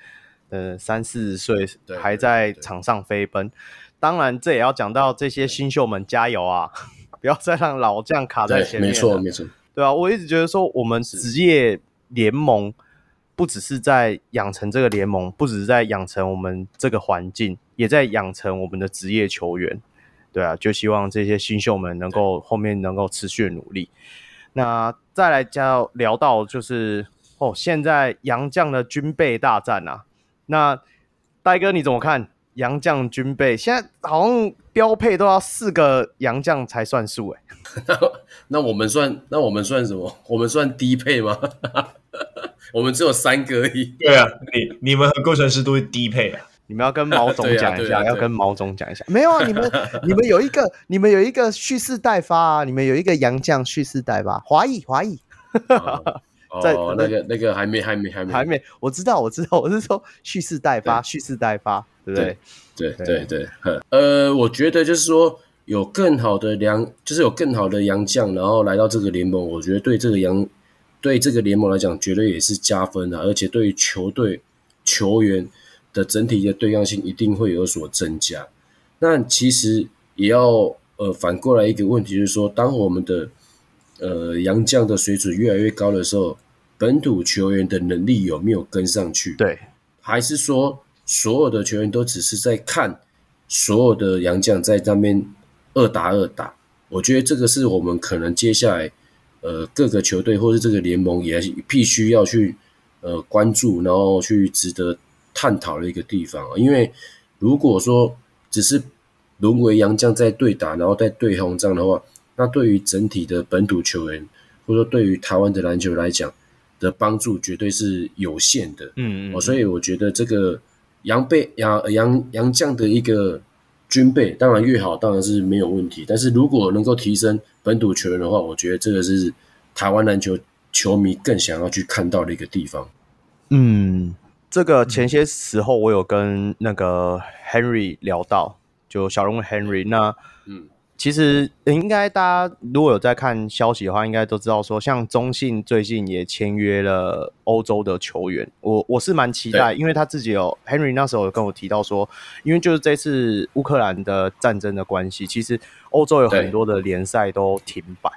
，30-40岁还在场上飞奔。当然，这也要讲到这些新秀们加油啊！不要再让老将卡在前面了。 没错， 对啊，我一直觉得说，我们职业联盟不只是在养成这个联盟，不只是在养成我们这个环境，也在养成我们的职业球员。对啊，就希望这些新秀们能够后面能够持续的努力。那再来聊到就是现在洋将的军备大战啊，那呆哥你怎么看？洋将军备现在好像标配都要4个洋将才算数欸。 那我们算什么？我们算低配吗？我们只有3个而已。 对啊，你们和工程师都是低配啊。 你们要跟毛总讲一下，要跟毛总讲一下。没有啊，你们有一个蓄势待发啊，你们有一个洋将蓄势待发，华裔。 那个还没， 我知道，我是说蓄势待发，对不对？ 对，我觉得就是说有更好的洋将，然后来到这个联盟，我觉得对这个联盟来讲，绝对也是加分的，而且对于球队球员的整体的对抗性一定会有所增加。那其实也要反过来一个问题，就是说，当我们的洋将的水准越来越高的时候，本土球员的能力有没有跟上去？ 对， 还是说所有的球员都只是在看所有的洋将在那边2打2打？我觉得这个是我们可能接下来各个球队或是这个联盟也必须要去关注，然后去值得探讨的一个地方。因为如果说只是沦为洋将在对打，然后在对轰这样的话，那对于整体的本土球员，或者说对于台湾的篮球来讲的帮助绝对是有限的。所以我觉得这个洋将的一个军备，当然越好当然是没有问题，但是如果能够提升本土球员的话，我觉得这个是台湾篮球球迷更想要去看到的一个地方。 这个前些时候我有跟那个 Henry 聊到，就小人物 Henry。那其实应该大家如果有在看消息的话，应该都知道说，像中信最近也签约了欧洲的球员，我是蛮期待，因为他自己Henry 那时候有跟我提到说，因为就是这次乌克兰的战争的关系，其实欧洲有很多的联赛都停摆。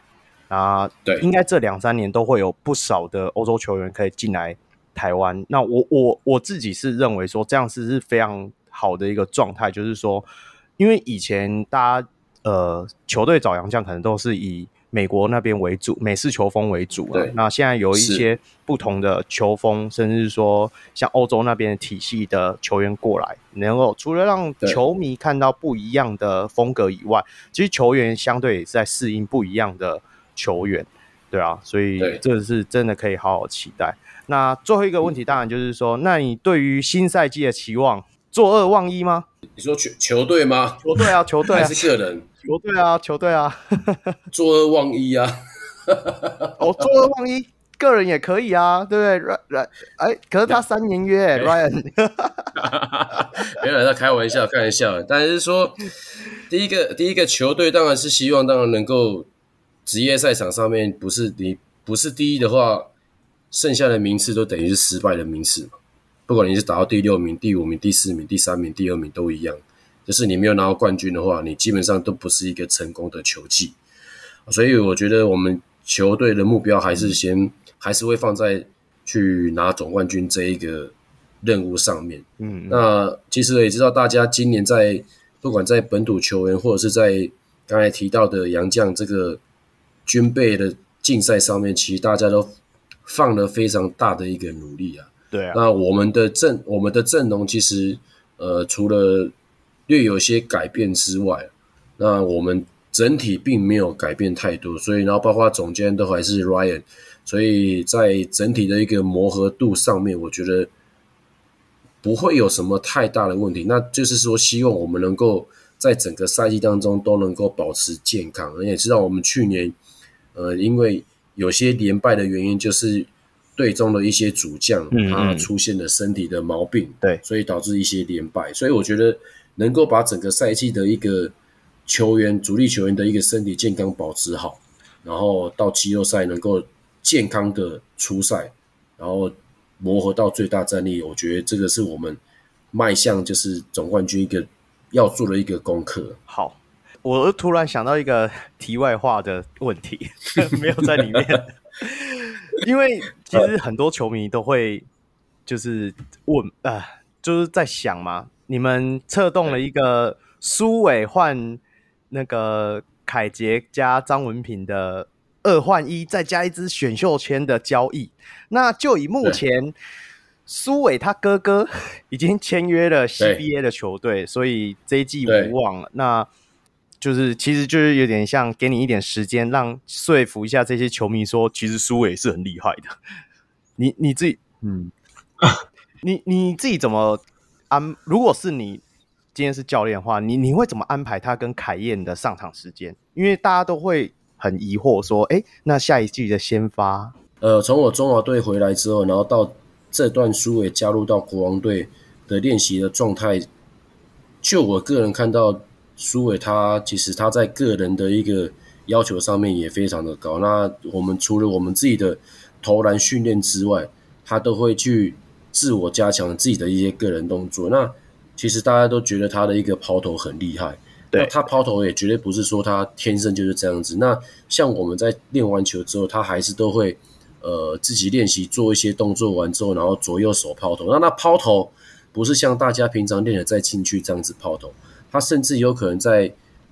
对， 应该这2-3年都会有不少的欧洲球员可以进来台湾。那我自己是认为说这样是非常好的一个状态，就是说，因为以前大家球队找洋将可能都是以美国那边为主，美式球风为主啊。那现在有一些不同的球风，甚至说像欧洲那边的体系的球员过来，能够除了让球迷看到不一样的风格以外，其实球员相对也是在适应不一样的球员，对啊，所以这个是真的可以好好期待。那最后一个问题，当然就是说，那你对于新赛季的期望，坐二望一吗？ 你说球队吗？ 球队啊，球队啊， 还是个人？ 球队啊，球队啊， 坐二望一啊！ 哦，坐二望一，个人也可以啊，对不对？可是他3年约，Ryan， 没有在开玩笑，开玩笑。但是说，第一个球队当然是希望，当然能够职业赛场上面不是第一的话，剩下的名次都等于是失败的名次嘛。不管你是打到第6名、第5名、第4名、第3名、第2名都一样。就是你没有拿到冠军的话，你基本上都不是一个成功的球季。所以我觉得我们球队的目标还是会放在去拿总冠军这一个任务上面。那其实也知道大家今年不管在本土球员或者是在刚才提到的洋将这个军备的竞赛上面，其实大家都放了非常大的一个努力啊。 对啊。 那我们的阵容其实除了略有些改变之外，那我们整体并没有改变太多，所以然后包括总监都还是 Ryan， 所以在整体的一个磨合度上面，我觉得不会有什么太大的问题。那就是说，希望我们能够在整个赛季当中都能够保持健康。而且知道我们去年因为有些连败的原因，就是队中的一些主将他出现了身体的毛病， 对， 所以导致一些连败。所以我觉得能够把整个赛季的一个主力球员的一个身体健康保持好，然后到季后赛能够健康的出赛，然后磨合到最大战力，我觉得这个是我们迈向就是总冠军一个要做的一个功课。 好，我突然想到一个题外话的问题，没有在里面，因为其实很多球迷都会就是问就是在想嘛，你们策动了一个苏伟换那个凯杰加张文平的2换1，再加一支选秀签的交易。那就以目前苏伟他哥哥已经签约了 CBA 的球队，所以这一季无望了。那就是其实就是有点像给你一点时间，让说服一下这些球迷说，其实苏伟是很厉害的。你自己，你自己怎么如果是你今天是教练的话，你会怎么安排他跟凯燕的上场时间？因为大家都会很疑惑说，那下一季的先发， 从我中华队回来之后，然后到这段苏伟加入到国王队的练习的状态，就我个人看到苏伟其实他在个人的一个要求上面也非常的高。那我们除了我们自己的投篮训练之外，他都会去自我加强自己的一些个人动作。那其实大家都觉得他的一个抛投很厉害， 对， 那他抛投也绝对不是说他天生就是这样子。那像我们在练完球之后，他还是都会自己练习做一些动作完之后，然后左右手抛投。那抛投不是像大家平常练的再进去这样子抛投，他甚至有可能在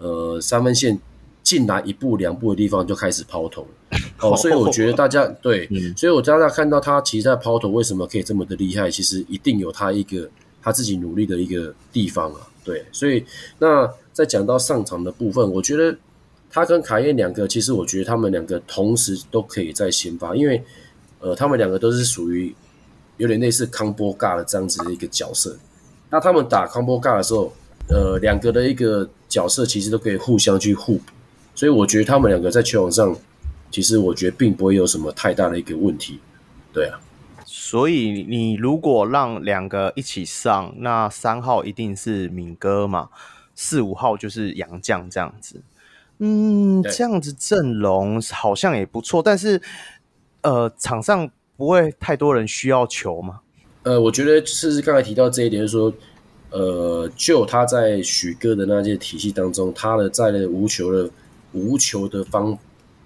3分线进来1步2步的地方就开始抛投了。所以我觉得大家对，所以我大家看到他其实在抛投为什么可以这么的厉害，其实一定有他自己努力的一个地方啊。对，所以那在讲到上场的部分，我觉得他跟凯燕两个，其实我觉得他们两个同时都可以在先发，因为他们两个都是属于有点类似康波尬的这样子的一个角色。那他们打康波尬的时候，两个的一个角色其实都可以互相去互补，所以我觉得他们两个在球场上，其实我觉得并不会有什么太大的一个问题。对啊。 所以你如果让2个一起上，那3号一定是敏哥嘛，4、5号就是洋将这样子。这样子阵容好像也不错，但是场上不会太多人需要球吗？ 我觉得是刚才提到这一点，就是说，就他在许哥的那些体系当中，他的在无球的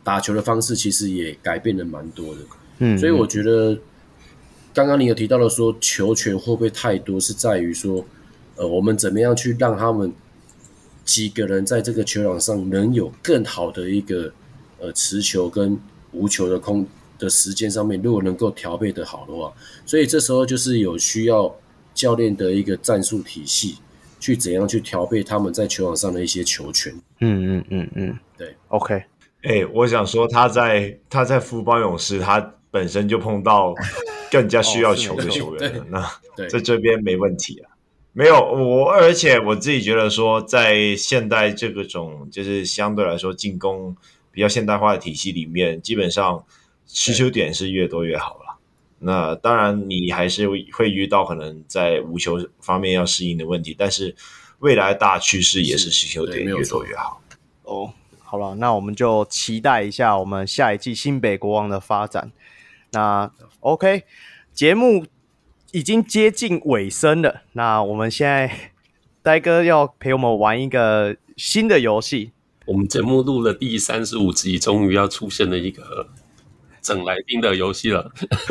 打球的方式其实也改变了蛮多的。 所以我觉得刚刚你有提到的说球权会不会太多，是在于说我们怎么样去让他们几个人在这个球场上能有更好的一个持球跟无球的时间上面，如果能够调配的好的话，所以这时候就是有需要教练的一个战术体系，去怎样去调配他们在球场上的一些球权。 对 ，OK。 我想说他在富邦勇士，他本身就碰到更加需要球的球员了，那在这边没问题啊。没有而且我自己觉得说，在现代这个种就是相对来说进攻比较现代化的体系里面，基本上持球点是越多越好了。那当然你还是会遇到可能在无球方面要适应的问题，但是未来大趋势也是持球点越多越好。 好了，那我们就期待一下我们下一季新北国王的发展。那 OK， 节目已经接近尾声了，那我们现在呆哥要陪我们玩一个新的游戏。 我们节目录了第35集，终于要出现了一个整来宾的游戏了。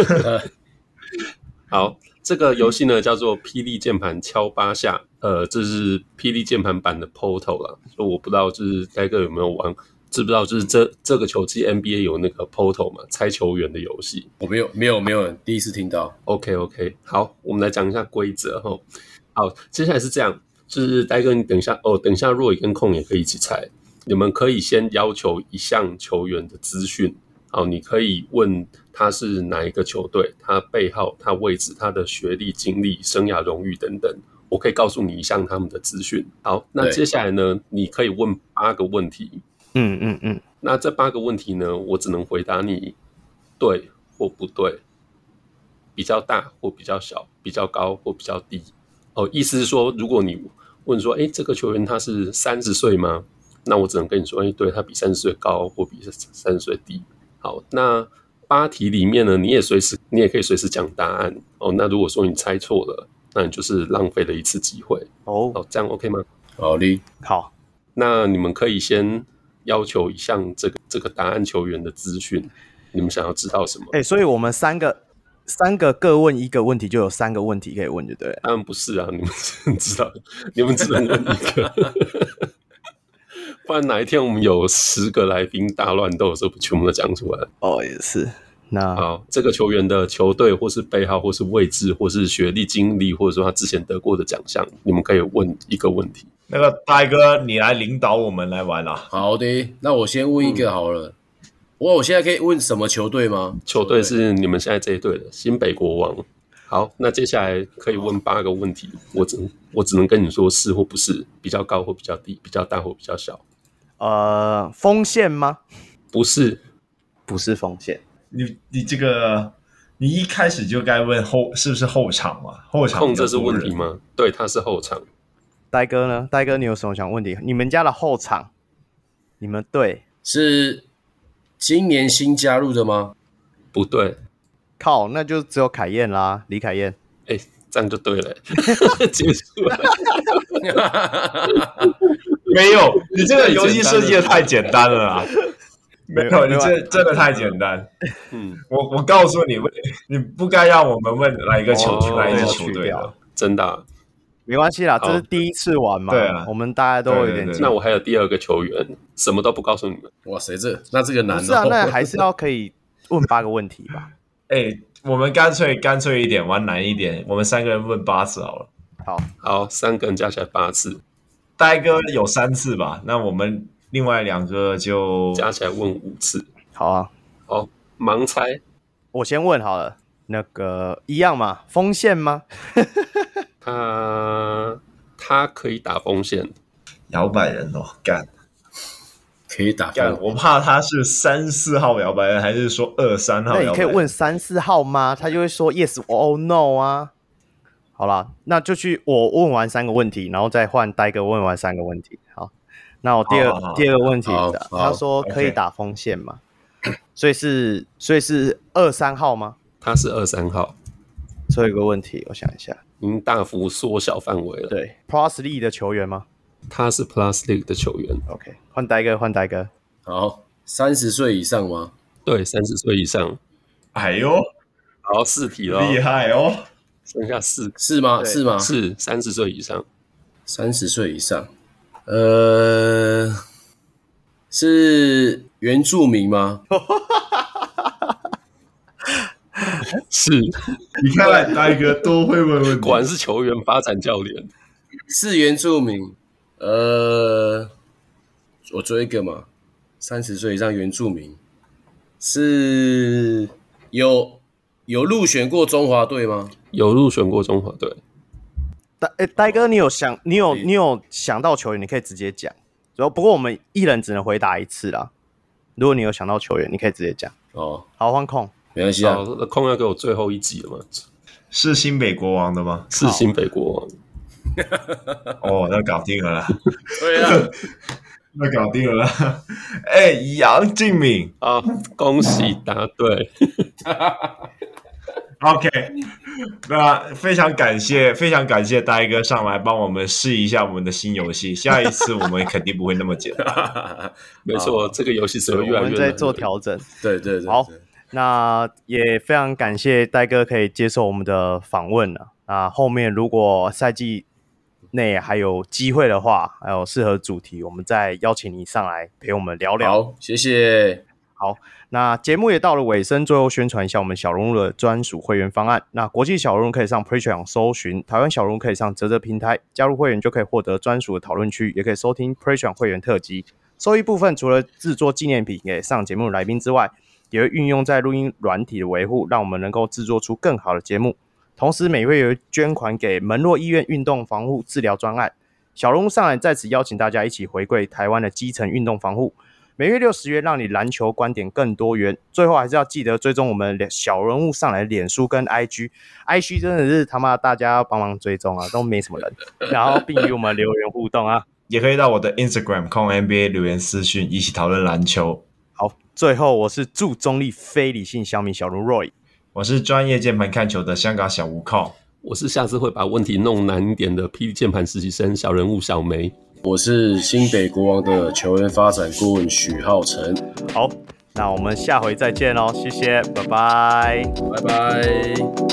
好，这个游戏呢叫做霹雳键盘敲8下，这是霹雳键盘版的 Portal 啦。所以我不知道就是呆哥有没有玩，知不知道就是这个球季 NBA 有那个 Portal 嘛，猜球员的游戏。 我没有第一次听到。 OK， 好，我们来讲一下规则齁。好，接下来是这样，就是呆哥你等一下若野跟控也可以一起猜。你们可以先要求一项球员的资讯，好，你可以问他是哪一个球队，他背号、他位置、他的学历、经历、生涯荣誉等等，我可以告诉你一项他们的资讯。好，那接下来呢，你可以问8个问题。那这8个问题呢，我只能回答你对或不对，比较大或比较小，比较高或比较低。意思是说，如果你问说，这个球员他是30岁吗？那我只能跟你说，对，他比30岁高或比30岁低。好，那8题里面呢，你也可以随时讲答案。那如果说你猜错了，那你就是浪费了一次机会。好，这样 OK 吗？ 好的， 好。 那你们可以先要求一项这个答案球员的资讯，你们想要知道什么？ 所以我们三个各问一个问题，就有3个问题可以问，就对了。 当然不是啊，你们知道，你们只能问一个。不然哪一天我们有10个来宾大乱斗的时候，全部都讲出来。 也是。那好，这个球员的球队或是背号或是位置或是学历经历，或者说他之前得过的奖项，你们可以问一个问题。 那个大哥，你来领导我们来玩啦。 好的，那我先问一个好了。我现在可以问什么球队吗？ 球队是你们现在这一队的新北国王。好，那接下来可以问8个问题，我只能跟你说是或不是，比较高或比较低，比较大或比较小。 锋线吗？ 不是， 不是锋线。 你这个，你一开始就该问是不是后场嘛？后场控这是问题吗？对，他是后场。 呆哥呢？呆哥，你有什么想问题？你们家的后场，你们队是今年新加入的吗？ 不对。 靠，那就只有凯燕啦，李凯燕。 这样就对了。结束了。 没有，你这个游戏设计的太简单了啦。没有，你这真的太简单。我告诉你，你不该让我们问哪一个球队的， 真的啊。 没关系啦，这是第一次玩嘛。 对啊， 我们大家都有点。 那我还有第2个球员，什么都不告诉你们。 哇塞，那这个难。 不是啊，那还是要可以问8个问题吧。 我们干脆一点，玩难一点，我们3个人问8次好了。 好，3个人加起来8次。 呆哥有3次吧？那我们另外2个就加起来问5次。 好啊， 好，盲猜。 我先问好了，那个一样嘛，锋线吗？ 他可以打锋线。 摇摆人哦，干。 可以打干，我怕他是3、4号摇摆人，还是说2、3号摇摆人？ 那你可以问3、4号吗？他就会说 yes or no 啊。好啦，那就去我问完3个问题，然后再换呆哥问完3个问题。好，那我第二个问题，他说可以打锋线嘛？所以是2、3号吗？ 他是2、3号。 最后一个问题，我想一下， 已经大幅缩小范围了。 对 ，Plus League 的球员吗？ 他是 Plus League 的球员。 OK， 换呆哥。 好， 30岁以上吗？ 对，30岁以上。 哎呦， 好，4题了， 厉害哦！ 剩下4个。 是吗？ 对是吗？ 是30岁以上。 30岁以上。是原住民吗？ 是， 你看来呆哥都会问问题， 果然是球员发展教练。 是原住民。我做一个嘛，30岁以上原住民是有入选过中华队吗？ 有入选过中华队。 呆哥，你有想到球员，你可以直接讲。不过我们一人只能回答一次啦。如果你有想到球员，你可以直接讲。 哦， 好，换控。 没关系啊。 好，空要给我最后一集了吗？ 是新北国王的吗？ 是新北国王。 哦，那搞定了啦， 对啊， 那搞定了啦。哎，杨敬敏啊，恭喜答对。 ，OK， 那非常感谢呆哥上来帮我们试一下我们的新游戏，下一次我们肯定不会那么简单。 没错，这个游戏只会越来越难。 我们在做调整。 对对对。 好，那也非常感谢呆哥可以接受我们的访问了。那后面如果赛季内还有机会的话，还有适合主题，我们再邀请你上来陪我们聊聊。 好，谢谢。 好，那节目也到了尾声，最后宣传一下我们小人物的专属会员方案。那国际小人物可以上 Patreon 搜寻，台湾小人物可以上嘖嘖平台，加入会员就可以获得专属的讨论区，也可以收听 Patreon 会员特辑。收益部分除了制作纪念品给上节目来宾之外，也会运用在录音软体的维护，让我们能够制作出更好的节目。同时每月也会捐款给门诺医院运动防护治疗专案。小人物上来在此邀请大家一起回归台湾的基层运动防护，每月60元，让你篮球观点更多元。最后还是要记得追踪我们小人物上来的脸书跟 IG 真的是他妈大家要帮忙追踪啊，都没什么人，然后并与我们留言互动啊。 也可以到我的 Instagram 空 NBA 留言私讯，一起讨论篮球。 好，最后我是助中立非理性小米小卢 Roy， 我是专业键盘看球的香港小吴控， 我是下次会把问题弄难一点的霹雳键盘实习生小人物小梅。 我是新北国王的球员发展顾问许浩成。 好，那我们下回再见咯，谢谢，拜拜， 拜拜。